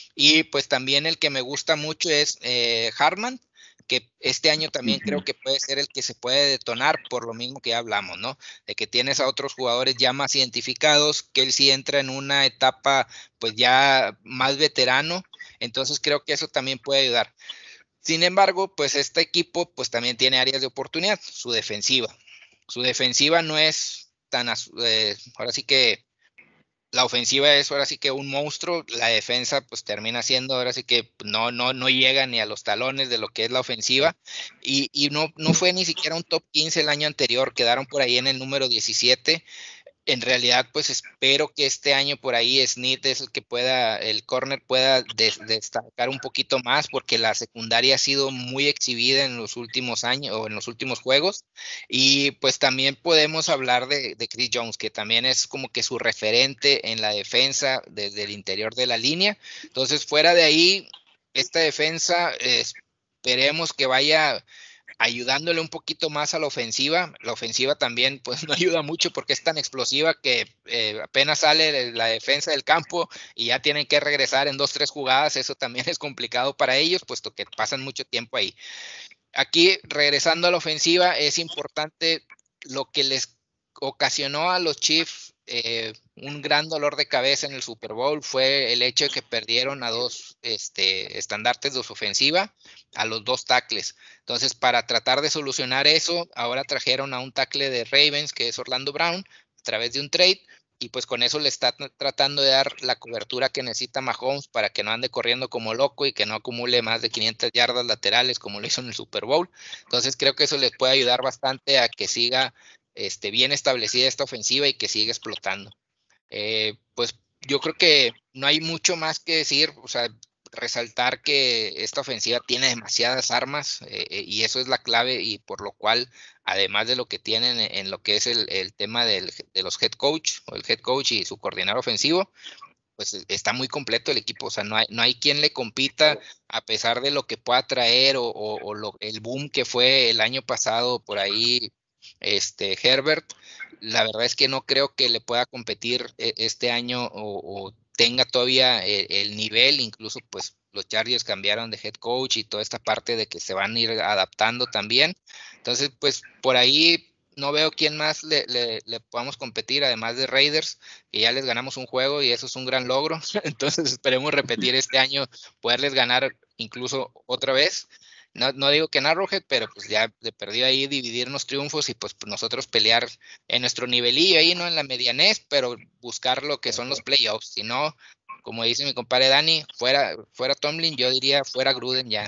y pues también el que me gusta mucho es eh, Hartman, que este año también uh-huh. creo que puede ser el que se puede detonar por lo mismo que ya hablamos, ¿no? De que tienes a otros jugadores ya más identificados, que él sí entra en una etapa pues ya más veterano, entonces creo que eso también puede ayudar. Sin embargo, pues este equipo pues también tiene áreas de oportunidad, su defensiva. Su defensiva no es tan, eh, ahora sí que la ofensiva es ahora sí que un monstruo, la defensa pues termina siendo ahora sí que no, no, no llega ni a los talones de lo que es la ofensiva y, y no, no fue ni siquiera un top quince el año anterior, quedaron por ahí en el número diecisiete. En realidad, pues espero que este año por ahí Snead es el que pueda, el corner pueda des, destacar un poquito más, porque la secundaria ha sido muy exhibida en los últimos años o en los últimos juegos. Y pues también podemos hablar de, de Chris Jones, que también es como que su referente en la defensa desde el interior de la línea. Entonces, fuera de ahí, esta defensa, eh, esperemos que vaya ayudándole un poquito más a la ofensiva. La ofensiva también pues no ayuda mucho porque es tan explosiva que eh, apenas sale la defensa del campo y ya tienen que regresar en dos, tres jugadas. Eso también es complicado para ellos, puesto que pasan mucho tiempo ahí. Aquí, regresando a la ofensiva, es importante lo que les ocasionó a los Chiefs eh, un gran dolor de cabeza en el Super Bowl fue el hecho de que perdieron a dos este, estandartes de su ofensiva, a los dos tackles. Entonces, para tratar de solucionar eso, ahora trajeron a un tackle de Ravens, que es Orlando Brown, a través de un trade, y pues con eso le está tratando de dar la cobertura que necesita Mahomes para que no ande corriendo como loco y que no acumule más de quinientas yardas laterales como lo hizo en el Super Bowl. Entonces creo que eso les puede ayudar bastante a que siga este, bien establecida esta ofensiva y que siga explotando. Eh, pues yo creo que no hay mucho más que decir, o sea, resaltar que esta ofensiva tiene demasiadas armas eh, y eso es la clave, y por lo cual, además de lo que tienen en lo que es el, el tema del, de los head coach o el head coach y su coordinador ofensivo, pues está muy completo el equipo. O sea, no hay, no hay quien le compita a pesar de lo que pueda traer o, o, o lo, el boom que fue el año pasado por ahí este Herbert. La verdad es que no creo que le pueda competir este año o, o tenga todavía el, el nivel. Incluso pues los Chargers cambiaron de head coach y toda esta parte de que se van a ir adaptando también. Entonces pues por ahí no veo quién más le, le, le podamos competir, además de Raiders, que ya les ganamos un juego y eso es un gran logro. Entonces esperemos repetir este año, poderles ganar incluso otra vez. No, no digo que en Arrowhead, pero pues ya de perdido ahí dividirnos triunfos y pues nosotros pelear en nuestro nivelillo ahí, no en la medianez, pero buscar lo que son los playoffs. Si no, como dice mi compadre Dani, fuera, fuera Tomlin, yo diría fuera Gruden ya.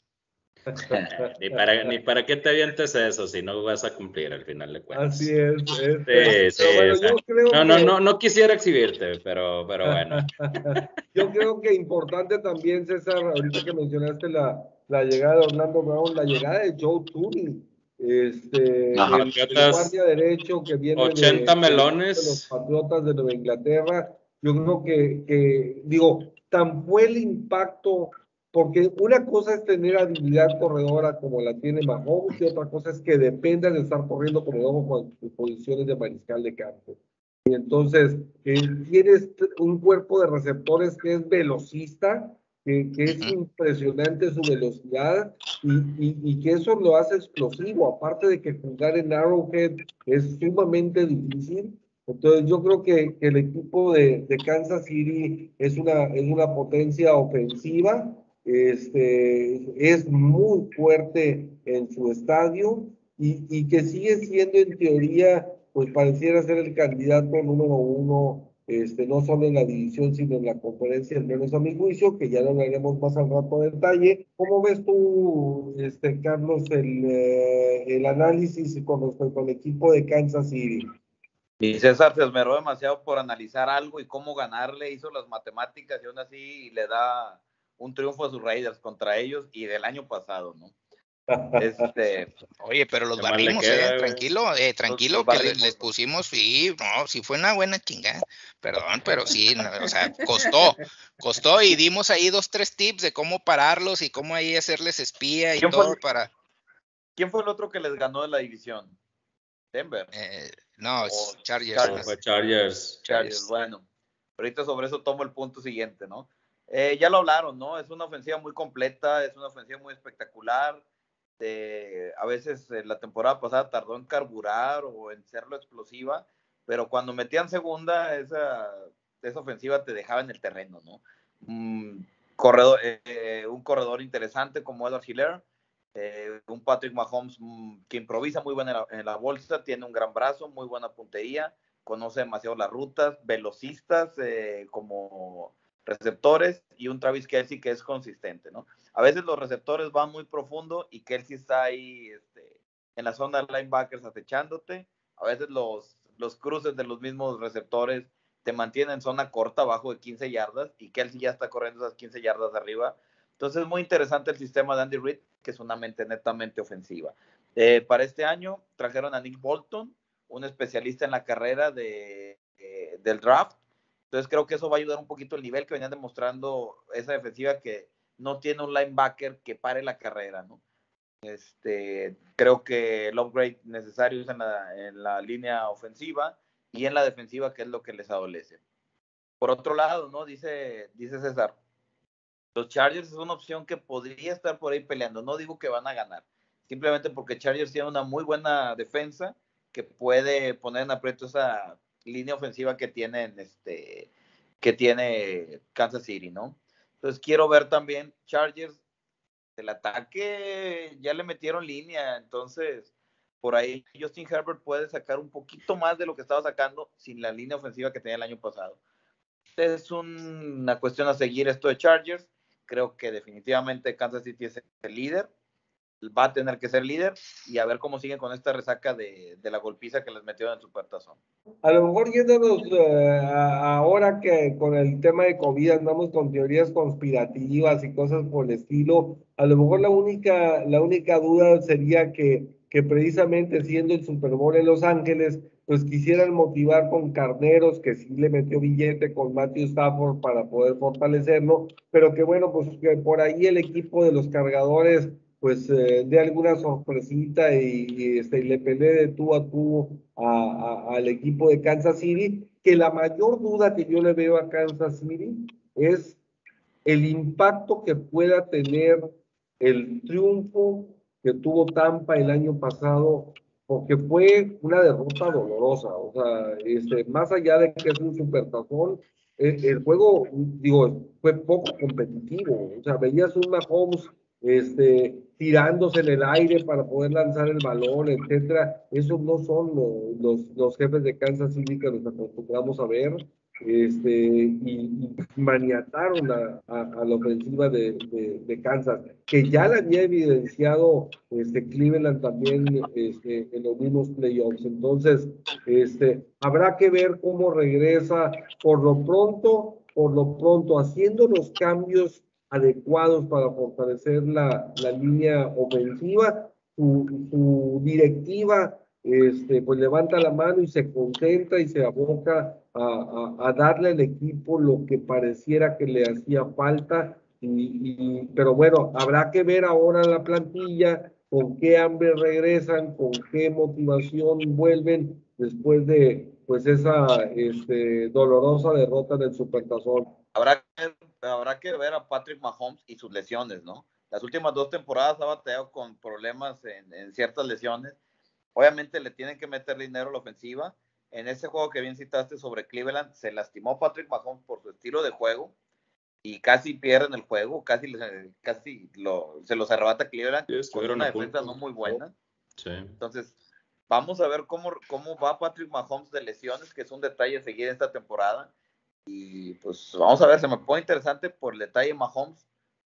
ni, para, ni para qué te avientes eso si no vas a cumplir al final de cuentas. Así es. es sí, sí, bueno, o sea, yo creo no, que... no, no, no quisiera exhibirte, pero, pero bueno. Yo creo que importante también, César, ahorita que mencionaste la, la llegada de Orlando Brown, la llegada de Joe Thuney, este, el, el guardia derecho que viene ochenta de, melones. de los Patriotas de Nueva Inglaterra. Yo creo que, que, digo, tan fue el impacto, porque una cosa es tener habilidad corredora como la tiene Mahomes, y otra cosa es que dependas de estar corriendo como loco con sus posiciones de mariscal de campo. Y entonces, eh, tienes un cuerpo de receptores que es velocista, que, que es impresionante su velocidad y, y, y que eso lo hace explosivo, aparte de que jugar en Arrowhead es sumamente difícil. Entonces yo creo que, que el equipo de, de Kansas City es una, es una potencia ofensiva, este, es muy fuerte en su estadio y, y que sigue siendo en teoría, pues pareciera ser el candidato número uno, este, no solo en la división, sino en la conferencia, al menos a mi juicio, que ya lo hablaremos más al rato en detalle. ¿Cómo ves tú, este, Carlos, el, eh, el análisis con respecto al equipo de Kansas City? Y César se esmeró demasiado por analizar algo y cómo ganarle, hizo las matemáticas y aún así le da un triunfo a sus Raiders contra ellos y del año pasado, ¿no? Este, Oye, pero los barrimos, queda, eh, tranquilo, eh, tranquilo, los, los que les, les pusimos, sí, no, sí fue una buena chingada, perdón, pero sí, no, o sea, costó, costó y dimos ahí dos, tres tips de cómo pararlos y cómo ahí hacerles espía y todo fue, para... ¿Quién fue el otro que les ganó en la división? Denver. Eh, no, o Chargers. Chargers. Fue Chargers. Chargers. Bueno, ahorita sobre eso tomo el punto siguiente, ¿no? Eh, ya lo hablaron, ¿no? Es una ofensiva muy completa, es una ofensiva muy espectacular. Eh, a veces eh, la temporada pasada tardó en carburar o en serlo explosiva, pero cuando metían segunda, esa, esa ofensiva te dejaba en el terreno, ¿no? Un corredor, eh, un corredor interesante como Edward Hiller, eh, un Patrick Mahomes mmm, que improvisa muy bien en la, en la bolsa, tiene un gran brazo, muy buena puntería, conoce demasiado las rutas, velocistas eh, como receptores, y un Travis Kelce que es consistente, ¿no? A veces los receptores van muy profundo y Kelce está ahí este, en la zona de linebackers acechándote. A veces los, los cruces de los mismos receptores te mantienen en zona corta, abajo de quince yardas, y Kelce ya está corriendo esas quince yardas de arriba. Entonces es muy interesante el sistema de Andy Reid, que es una mente netamente ofensiva. Eh, para este año trajeron a Nick Bolton, un especialista en la carrera de, eh, del draft. Entonces creo que eso va a ayudar un poquito el nivel que venían demostrando esa defensiva, que no tiene un linebacker que pare la carrera, ¿no? Este, creo que el upgrade necesario es en la, en la línea ofensiva y en la defensiva, que es lo que les adolece. Por otro lado, ¿no? Dice, dice César, los Chargers es una opción que podría estar por ahí peleando. No digo que van a ganar, simplemente porque Chargers tiene una muy buena defensa que puede poner en aprieto esa, línea ofensiva que tienen, este, que tiene Kansas City, ¿no? Entonces quiero ver también Chargers, el ataque ya le metieron línea, entonces por ahí Justin Herbert puede sacar un poquito más de lo que estaba sacando sin la línea ofensiva que tenía el año pasado. Es un, una cuestión a seguir esto de Chargers. Creo que definitivamente Kansas City es el líder, va a tener que ser líder, y a ver cómo siguen con esta resaca de, de la golpiza que les metió en el Supertazón. A lo mejor yéndonos eh, a- ahora que con el tema de COVID andamos con teorías conspirativas y cosas por el estilo, a lo mejor la única, la única duda sería que, que precisamente siendo el Super Bowl en Los Ángeles, pues quisieran motivar con carneros, que sí le metió billete con Matthew Stafford para poder fortalecerlo, pero que bueno, pues que por ahí el equipo de los cargadores pues eh, de alguna sorpresita y, y, este, y le pelee de tú a tú a, a, al equipo de Kansas City, que la mayor duda que yo le veo a Kansas City es el impacto que pueda tener el triunfo que tuvo Tampa el año pasado, porque fue una derrota dolorosa, o sea, este, más allá de que es un supertazón, el, el juego, digo, fue poco competitivo, o sea, veías un Mahomes este, tirándose en el aire para poder lanzar el balón, etcétera. Esos no son los, los, los jefes de Kansas City que nos acostumbramos a ver, este, y, y maniataron a, a, a la ofensiva de, de, de Kansas, que ya la había evidenciado este, Cleveland también este, en los mismos playoffs. Entonces, este, habrá que ver cómo regresa por lo pronto, por lo pronto, haciendo los cambios adecuados para fortalecer la, la línea ofensiva. Su, su directiva este, pues levanta la mano y se concentra y se aboca a, a, a darle al equipo lo que pareciera que le hacía falta. Y, y, pero bueno, habrá que ver ahora la plantilla, con qué hambre regresan, con qué motivación vuelven después de pues esa este, dolorosa derrota del Supertazón. Habrá que, habrá que ver a Patrick Mahomes y sus lesiones, ¿no? Las últimas dos temporadas ha bateado con problemas en, en ciertas lesiones. Obviamente le tienen que meter dinero a la ofensiva. En ese juego que bien citaste sobre Cleveland, se lastimó Patrick Mahomes por su estilo de juego y casi pierden el juego, casi, casi lo, se los arrebata Cleveland, Sí, con una defensa no muy buena. Sí. Entonces, vamos a ver cómo, cómo va Patrick Mahomes de lesiones, que es un detalle a seguir esta temporada. Y pues vamos a ver, se me pone interesante por el detalle Mahomes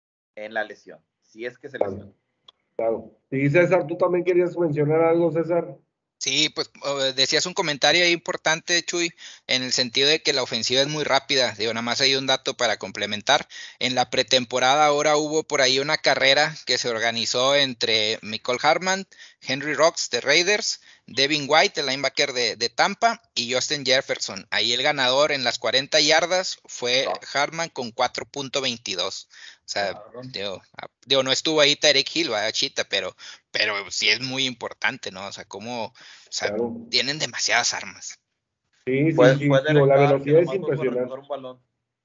en la lesión, si es que se lesiona. Claro. Y César, ¿tú también querías mencionar algo, César? Sí, pues decías un comentario ahí importante, Chuy, en el sentido de que la ofensiva es muy rápida. Digo, nada más hay un dato para complementar. En la pretemporada ahora hubo por ahí una carrera que se organizó entre Mecole Hardman, Henry Rocks de Raiders, Devin White, el linebacker de, de Tampa, y Justin Jefferson. Ahí el ganador en las cuarenta yardas fue no. Hardman con cuatro punto veintidós. O sea, claro. digo, digo, no estuvo ahí Tyreek Hill, vaya chita, pero, pero sí es muy importante, ¿no? O sea, cómo, o sea, claro. tienen demasiadas armas. Sí, sí, fue, sí, fue digo, la velocidad es impresionante. Un balón.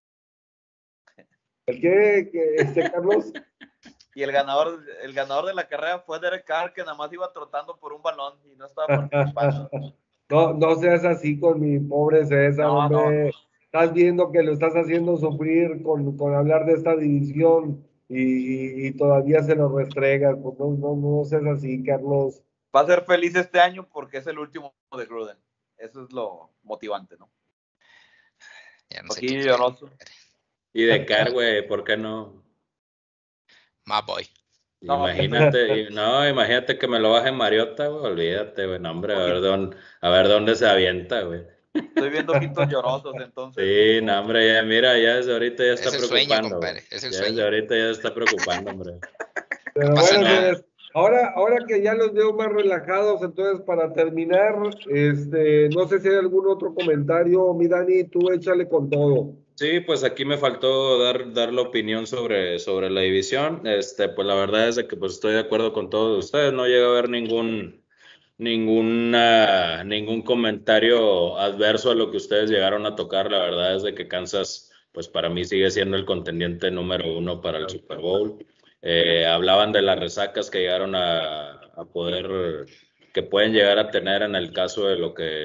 ¿El qué, qué este, Carlos? Y el ganador, el ganador de la carrera fue Derek Carr, que nada más iba trotando por un balón y no estaba participando. No, no seas así con mi pobre César, no, hombre. No, no. Estás viendo que lo estás haciendo sufrir con, con hablar de esta división y, y, y todavía se lo restregas. Pues no, no, no seas así, Carlos. Va a ser feliz este año porque es el último de Gruden. Eso es lo motivante, ¿no? Ya no sé Aquí lloroso. Y de Carr, güey, ¿por qué no? My boy. Imagínate, no, imagínate que me lo baje Mariota, güey, olvídate, güey, no, hombre, a ver, dónde, a ver dónde se avienta, güey. Estoy viendo ojitos llorosos, entonces. Sí, no, hombre, ya, mira, ya desde ahorita ya está es el preocupando. Sueño, compadre, es el ya sueño. desde ahorita ya está preocupando, hombre. Pero no bueno, nada. señores, ahora, ahora que ya los veo más relajados, entonces para terminar, este, no sé si hay algún otro comentario, mi Dani, tú échale con todo. Sí, pues aquí me faltó dar, dar la opinión sobre, sobre la división. Este, pues la verdad es de que pues estoy de acuerdo con todos ustedes. No llega a haber ningún, ninguna, ningún comentario adverso a lo que ustedes llegaron a tocar. La verdad es de que Kansas, pues para mí sigue siendo el contendiente número uno para el Super Bowl. Eh, hablaban de las resacas que llegaron a, a poder, que pueden llegar a tener en el caso de lo que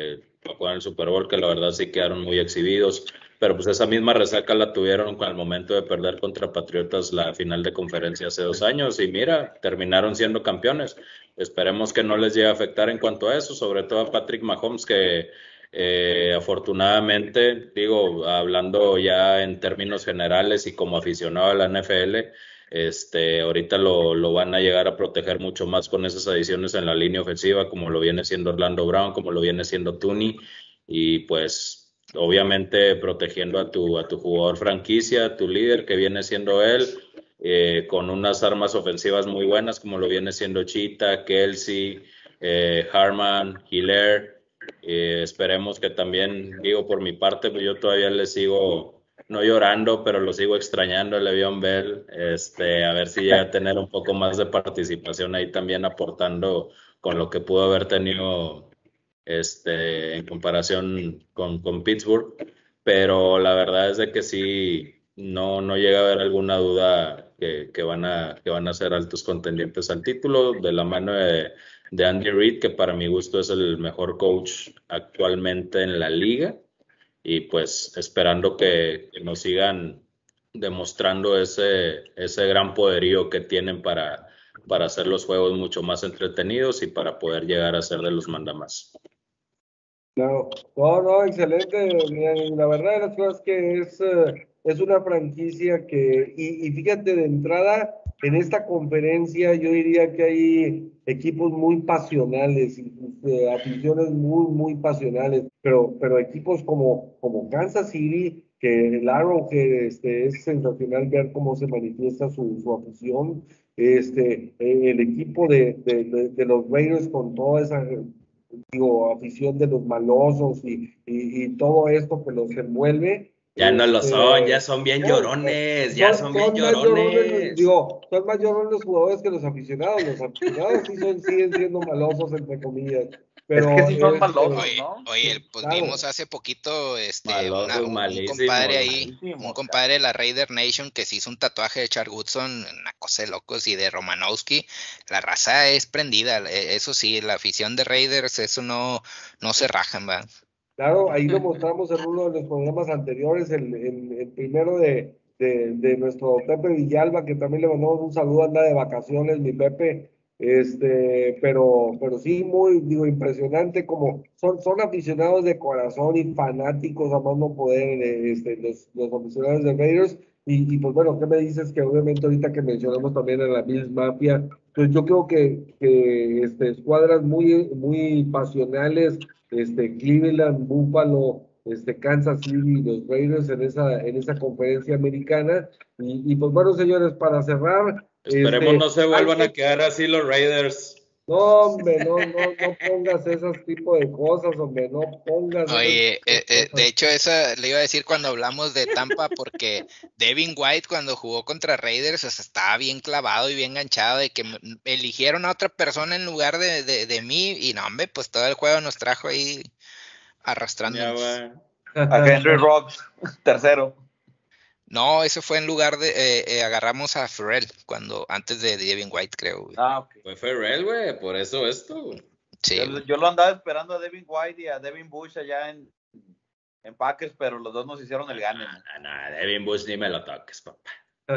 con el Super Bowl, que la verdad sí quedaron muy exhibidos, pero pues esa misma resaca la tuvieron con el momento de perder contra Patriotas la final de conferencia hace dos años, y mira, terminaron siendo campeones. Esperemos que no les llegue a afectar en cuanto a eso, sobre todo a Patrick Mahomes, que eh, afortunadamente, digo, hablando ya en términos generales y como aficionado a la N F L, este, ahorita lo, lo van a llegar a proteger mucho más con esas adiciones en la línea ofensiva, como lo viene siendo Orlando Brown, como lo viene siendo Tooney, y pues obviamente protegiendo a tu, a tu jugador franquicia, a tu líder que viene siendo él, eh, con unas armas ofensivas muy buenas como lo viene siendo Cheetah, Kelsey, eh, Harman, Hilaire. Eh, esperemos que también, digo, por mi parte, pues yo todavía le sigo, no llorando, pero lo sigo extrañando a Le'Veon Bell, este, a ver si llega a tener un poco más de participación ahí también, aportando con lo que pudo haber tenido este, en comparación con, con Pittsburgh, pero la verdad es de que sí, no, no llega a haber alguna duda que, que, van a, que van a ser altos contendientes al título, de la mano de, de Andy Reid, que para mi gusto es el mejor coach actualmente en la liga, y pues esperando que, que nos sigan demostrando ese, ese gran poderío que tienen para, para hacer los juegos mucho más entretenidos y para poder llegar a ser de los mandamás. No, no, no, excelente. Mira, la verdad de las cosas que es, eh, es una franquicia que, y, y fíjate, de entrada, en esta conferencia yo diría que hay equipos muy pasionales, y, eh, aficiones muy, muy pasionales, pero, pero equipos como, como Kansas City, que el Arrowhead, este, es sensacional ver cómo se manifiesta su, su afición. Este, eh, el equipo de, de, de, de los Raiders con toda esa, digo, afición de los malosos y, y, y todo esto que los envuelve. Ya no lo este, son, ya son bien no, llorones, ya son, son bien son más llorones, llorones. digo, son más llorones los jugadores que los aficionados. Los aficionados sí son, siguen siendo malosos, entre comillas. Pero, es que sí son este, malosos, Oye, ¿no? oye, pues claro. vimos hace poquito este Malosos, una, un, un malísimos, compadre ahí, malísimos, un compadre de la Raider Nation que se hizo un tatuaje de Charles Woodson, una cosa de locos, y de Romanowski. La raza es prendida, eh, eso sí, la afición de Raiders, eso no, no se rajan, va. Claro, ahí lo mostramos en uno de los programas anteriores, el, el, el primero de, de, de nuestro Pepe Villalba, que también le mandamos un saludo, anda de vacaciones, mi Pepe, este, pero, pero sí, muy, digo, impresionante, como son, son aficionados de corazón y fanáticos a más no poder, eh, este, los, los aficionados de Raiders, y, y pues bueno, ¿qué me dices? Que obviamente ahorita que mencionamos también a la Bills Mafia, pues yo creo que, que este, escuadras muy, muy pasionales, este, Cleveland, Buffalo, este, Kansas City, los Raiders en esa, en esa conferencia americana. Y, y pues bueno, señores, para cerrar, Esperemos este, no se vuelvan alguien, a quedar así los Raiders. no, hombre, no, no, no pongas esos tipos de cosas, hombre, no pongas esos Oye, tipos de eh, eh, de cosas. hecho, esa le iba a decir cuando hablamos de Tampa, porque Devin White cuando jugó contra Raiders, o sea, estaba bien clavado y bien enganchado de que m- eligieron a otra persona en lugar de, de, de mí, y no, hombre, pues todo el juego nos trajo ahí Ya arrastrándonos. va. A Henry Rocks, tercero. No, eso fue en lugar de, eh, eh, agarramos a Pharrell, cuando, antes de Devin White, creo, güey. Ah, ok. Fue Ferrell, güey, por eso esto, güey. Sí, Yo, güey. yo lo andaba esperando a Devin White y a Devin Bush allá en, en Packers, pero los dos nos hicieron el gane, ¿no? Ah, no, Devin Bush ni me lo toques, papá.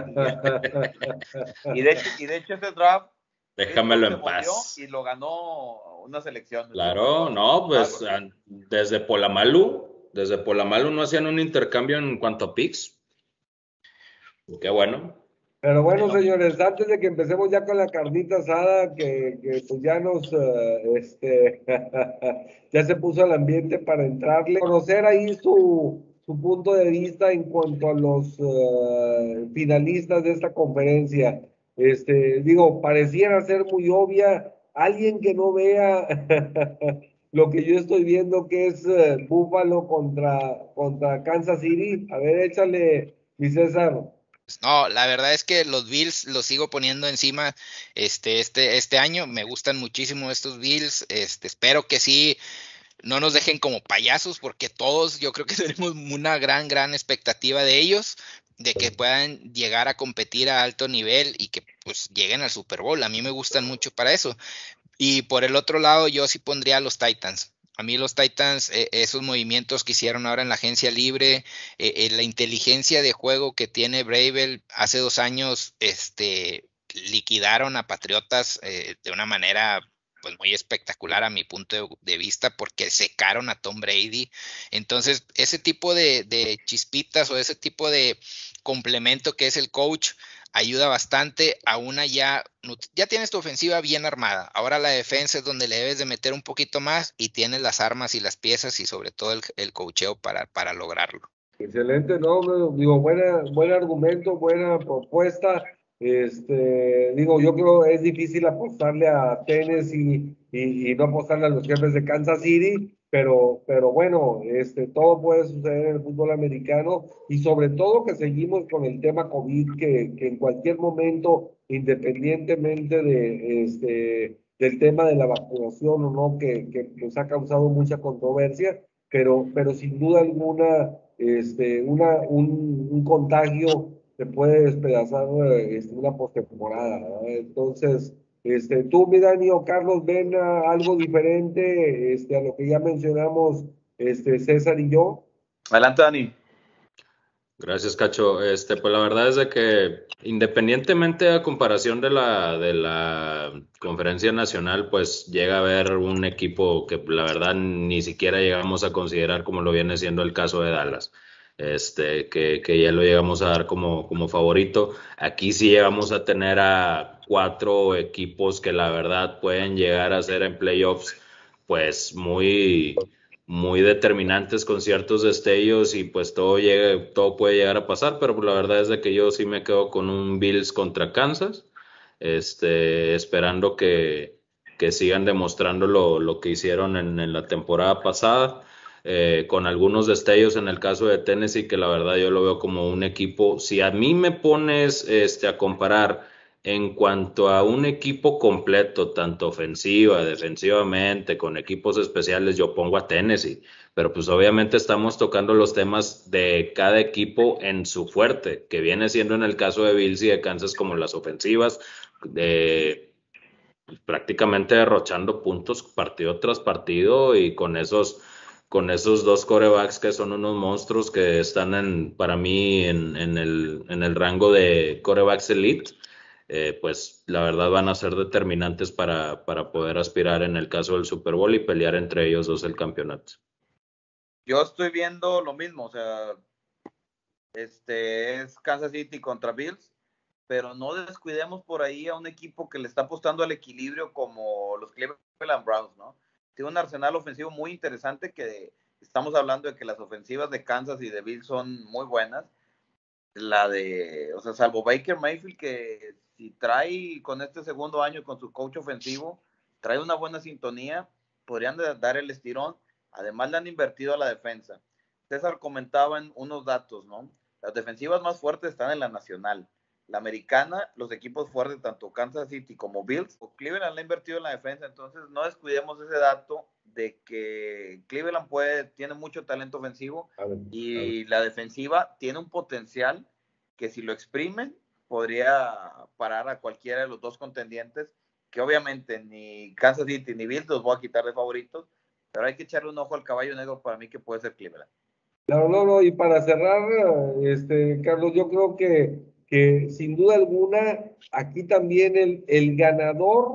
Y de hecho, y de hecho ese draft, Déjamelo Pittsburgh se en volvió paz. y lo ganó una selección. Claro, no, pues an- desde Polamalu, desde Polamalu no hacían un intercambio en cuanto a picks. Qué bueno. Pero bueno, señores, antes de que empecemos ya con la carnita asada, que, que pues ya nos, eh, este, ya se puso el ambiente para entrarle, conocer ahí su, su punto de vista en cuanto a los eh, finalistas de esta conferencia. Este, digo, pareciera ser muy obvia, alguien que no vea lo que yo estoy viendo, que es eh, Buffalo contra, contra Kansas City. A ver, échale, mi César. No, la verdad es que los Bills los sigo poniendo encima este, este, este año. Me gustan muchísimo estos Bills. Este, espero que sí no nos dejen como payasos, porque todos yo creo que tenemos una gran, gran expectativa de ellos, de que puedan llegar a competir a alto nivel y que pues lleguen al Super Bowl. A mí me gustan mucho para eso. Y por el otro lado, yo sí pondría a los Titans. A mí los Titans, eh, esos movimientos que hicieron ahora en la agencia libre, eh, eh, la inteligencia de juego que tiene Bravel, hace dos años este, liquidaron a Patriotas eh, de una manera pues muy espectacular a mi punto de, de vista, porque secaron a Tom Brady. Entonces, ese tipo de, de chispitas o ese tipo de complemento que es el coach ayuda bastante a una ya, ya tienes tu ofensiva bien armada, ahora la defensa es donde le debes de meter un poquito más y tienes las armas y las piezas y sobre todo el, el coacheo para, para lograrlo. Excelente, no, no, digo, buena, buen argumento, buena propuesta. Este, digo, yo creo es difícil apostarle a Tennessee y, y no apostarle a los Jefes de Kansas City, pero, pero bueno, este, todo puede suceder en el fútbol americano y sobre todo que seguimos con el tema COVID, que, que en cualquier momento, independientemente de, este, del tema de la vacunación o no, que, que nos ha causado mucha controversia, pero, pero sin duda alguna este, una, un, un contagio te puede despedazar este, una postemporada, ¿no? Entonces, este, tú, mi Dani o Carlos, ven a algo diferente este, a lo que ya mencionamos este, César y yo. Adelante, Dani. Gracias, Cacho. Este, pues la verdad es de que independientemente a comparación de la, de la conferencia nacional, pues llega a haber un equipo que la verdad ni siquiera llegamos a considerar como lo viene siendo el caso de Dallas. Este, que, que ya lo llegamos a dar como, como favorito. Aquí sí llegamos a tener a cuatro equipos que la verdad pueden llegar a ser en playoffs, pues muy muy determinantes con ciertos destellos y pues todo llega, todo puede llegar a pasar, pero pues la verdad es de que yo sí me quedo con un Bills contra Kansas, este, esperando que, que sigan demostrando lo, lo que hicieron en, en la temporada pasada, eh, con algunos destellos en el caso de Tennessee, que la verdad yo lo veo como un equipo, si a mí me pones este, a comparar en cuanto a un equipo completo, tanto ofensiva, defensivamente, con equipos especiales, yo pongo a Tennessee, pero pues obviamente estamos tocando los temas de cada equipo en su fuerte, que viene siendo en el caso de Bills y de Kansas como las ofensivas, de pues, prácticamente derrochando puntos partido tras partido y con esos con esos dos quarterbacks que son unos monstruos que están en, para mí en, en, el, en el rango de quarterbacks elite. Eh, pues la verdad van a ser determinantes para, para poder aspirar en el caso del Super Bowl y pelear entre ellos dos el campeonato. Yo estoy viendo lo mismo, o sea, este es Kansas City contra Bills, pero no descuidemos por ahí a un equipo que le está apostando al equilibrio como los Cleveland Browns, ¿no? Tiene un arsenal ofensivo muy interesante que estamos hablando de que las ofensivas de Kansas y de Bills son muy buenas. La de, o sea, salvo Baker Mayfield, que si trae con este segundo año con su coach ofensivo, trae una buena sintonía, podrían dar el estirón. Además le han invertido a la defensa. César comentaba en unos datos, ¿no? Las defensivas más fuertes están en la nacional. La americana, los equipos fuertes, tanto Kansas City como Bills, o Cleveland le ha invertido en la defensa, entonces no descuidemos ese dato de que Cleveland puede, tiene mucho talento ofensivo a ver, y a ver. La defensiva tiene un potencial que si lo exprimen podría parar a cualquiera de los dos contendientes, que obviamente ni Kansas City ni Bills los voy a quitar de favoritos, pero hay que echarle un ojo al caballo negro para mí que puede ser Cleveland. No, no, no, y para cerrar, este, Carlos, yo creo que, que sin duda alguna, aquí también el, el ganador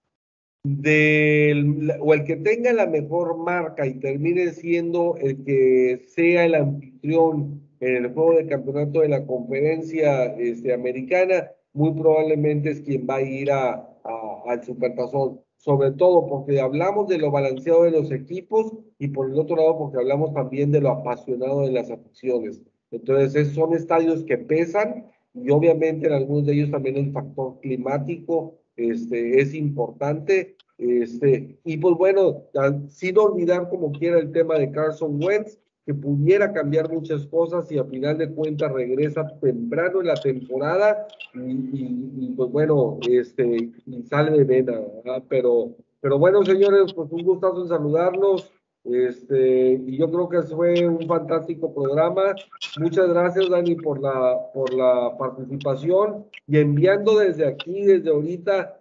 del, o el que tenga la mejor marca y termine siendo el que sea el anfitrión en el juego de campeonato de la conferencia este, americana, muy probablemente es quien va a ir a, a, al Supertazón. Sobre todo porque hablamos de lo balanceado de los equipos y por el otro lado porque hablamos también de lo apasionado de las aficiones. Entonces son estadios que pesan y obviamente en algunos de ellos también el factor climático este, es importante. Este, y pues bueno, sin olvidar como quiera el tema de Carson Wentz, que pudiera cambiar muchas cosas y a final de cuentas regresa temprano en la temporada y, y, y pues bueno, este, y sale de vena, ¿verdad? Pero, pero bueno, señores, pues un gustazo en saludarlos. Este, y yo creo que fue un fantástico programa. Muchas gracias, Dani, por la, por la participación y enviando desde aquí, desde ahorita,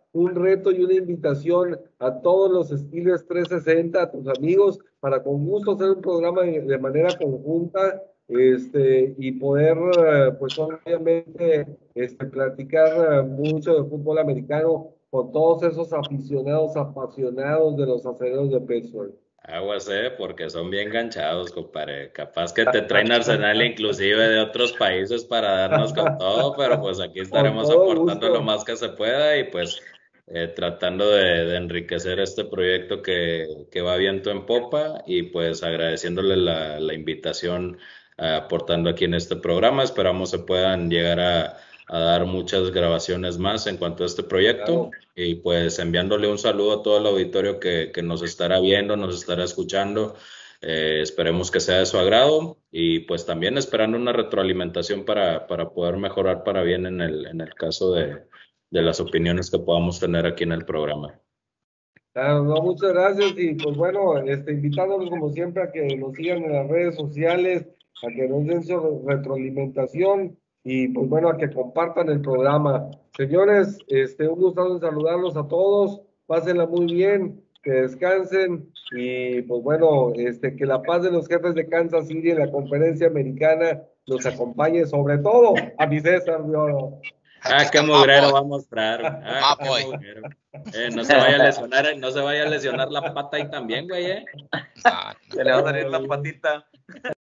un reto y una invitación a todos los Steelers trescientos sesenta, a tus amigos, para con gusto hacer un programa de, de manera conjunta, este, y poder, eh, pues obviamente, este, platicar eh, mucho de fútbol americano con todos esos aficionados apasionados de los acereros de Pittsburgh. Aguas, eh, porque son bien ganchados, compadre. Capaz que te traen Arsenal inclusive de otros países para darnos con todo, pero pues aquí estaremos aportando lo más que se pueda y pues eh, tratando de, de enriquecer este proyecto que, que va viento en popa y pues agradeciéndole la, la invitación, eh, aportando aquí en este programa. Esperamos se puedan llegar a a dar muchas grabaciones más en cuanto a este proyecto, claro. Y pues enviándole un saludo a todo el auditorio que, que nos estará viendo, nos estará escuchando, eh, esperemos que sea de su agrado y pues también esperando una retroalimentación para, para poder mejorar para bien en el, en el caso de, de las opiniones que podamos tener aquí en el programa. Claro, no, muchas gracias y pues bueno, este, invitándolos como siempre a que nos sigan en las redes sociales, a que nos den su retroalimentación y pues bueno, a que compartan el programa. Señores, este, un gusto en saludarlos a todos, pásenla muy bien, que descansen y pues bueno, este, que la paz de los jefes de Kansas City en la conferencia americana los acompañe, sobre todo a mi César, yo. Ah, qué mugrero va a mostrar. Ah, qué mugrero. Eh, no se vaya a lesionar, no se vaya a lesionar la pata ahí también, güey, eh. Se le va a salir la patita.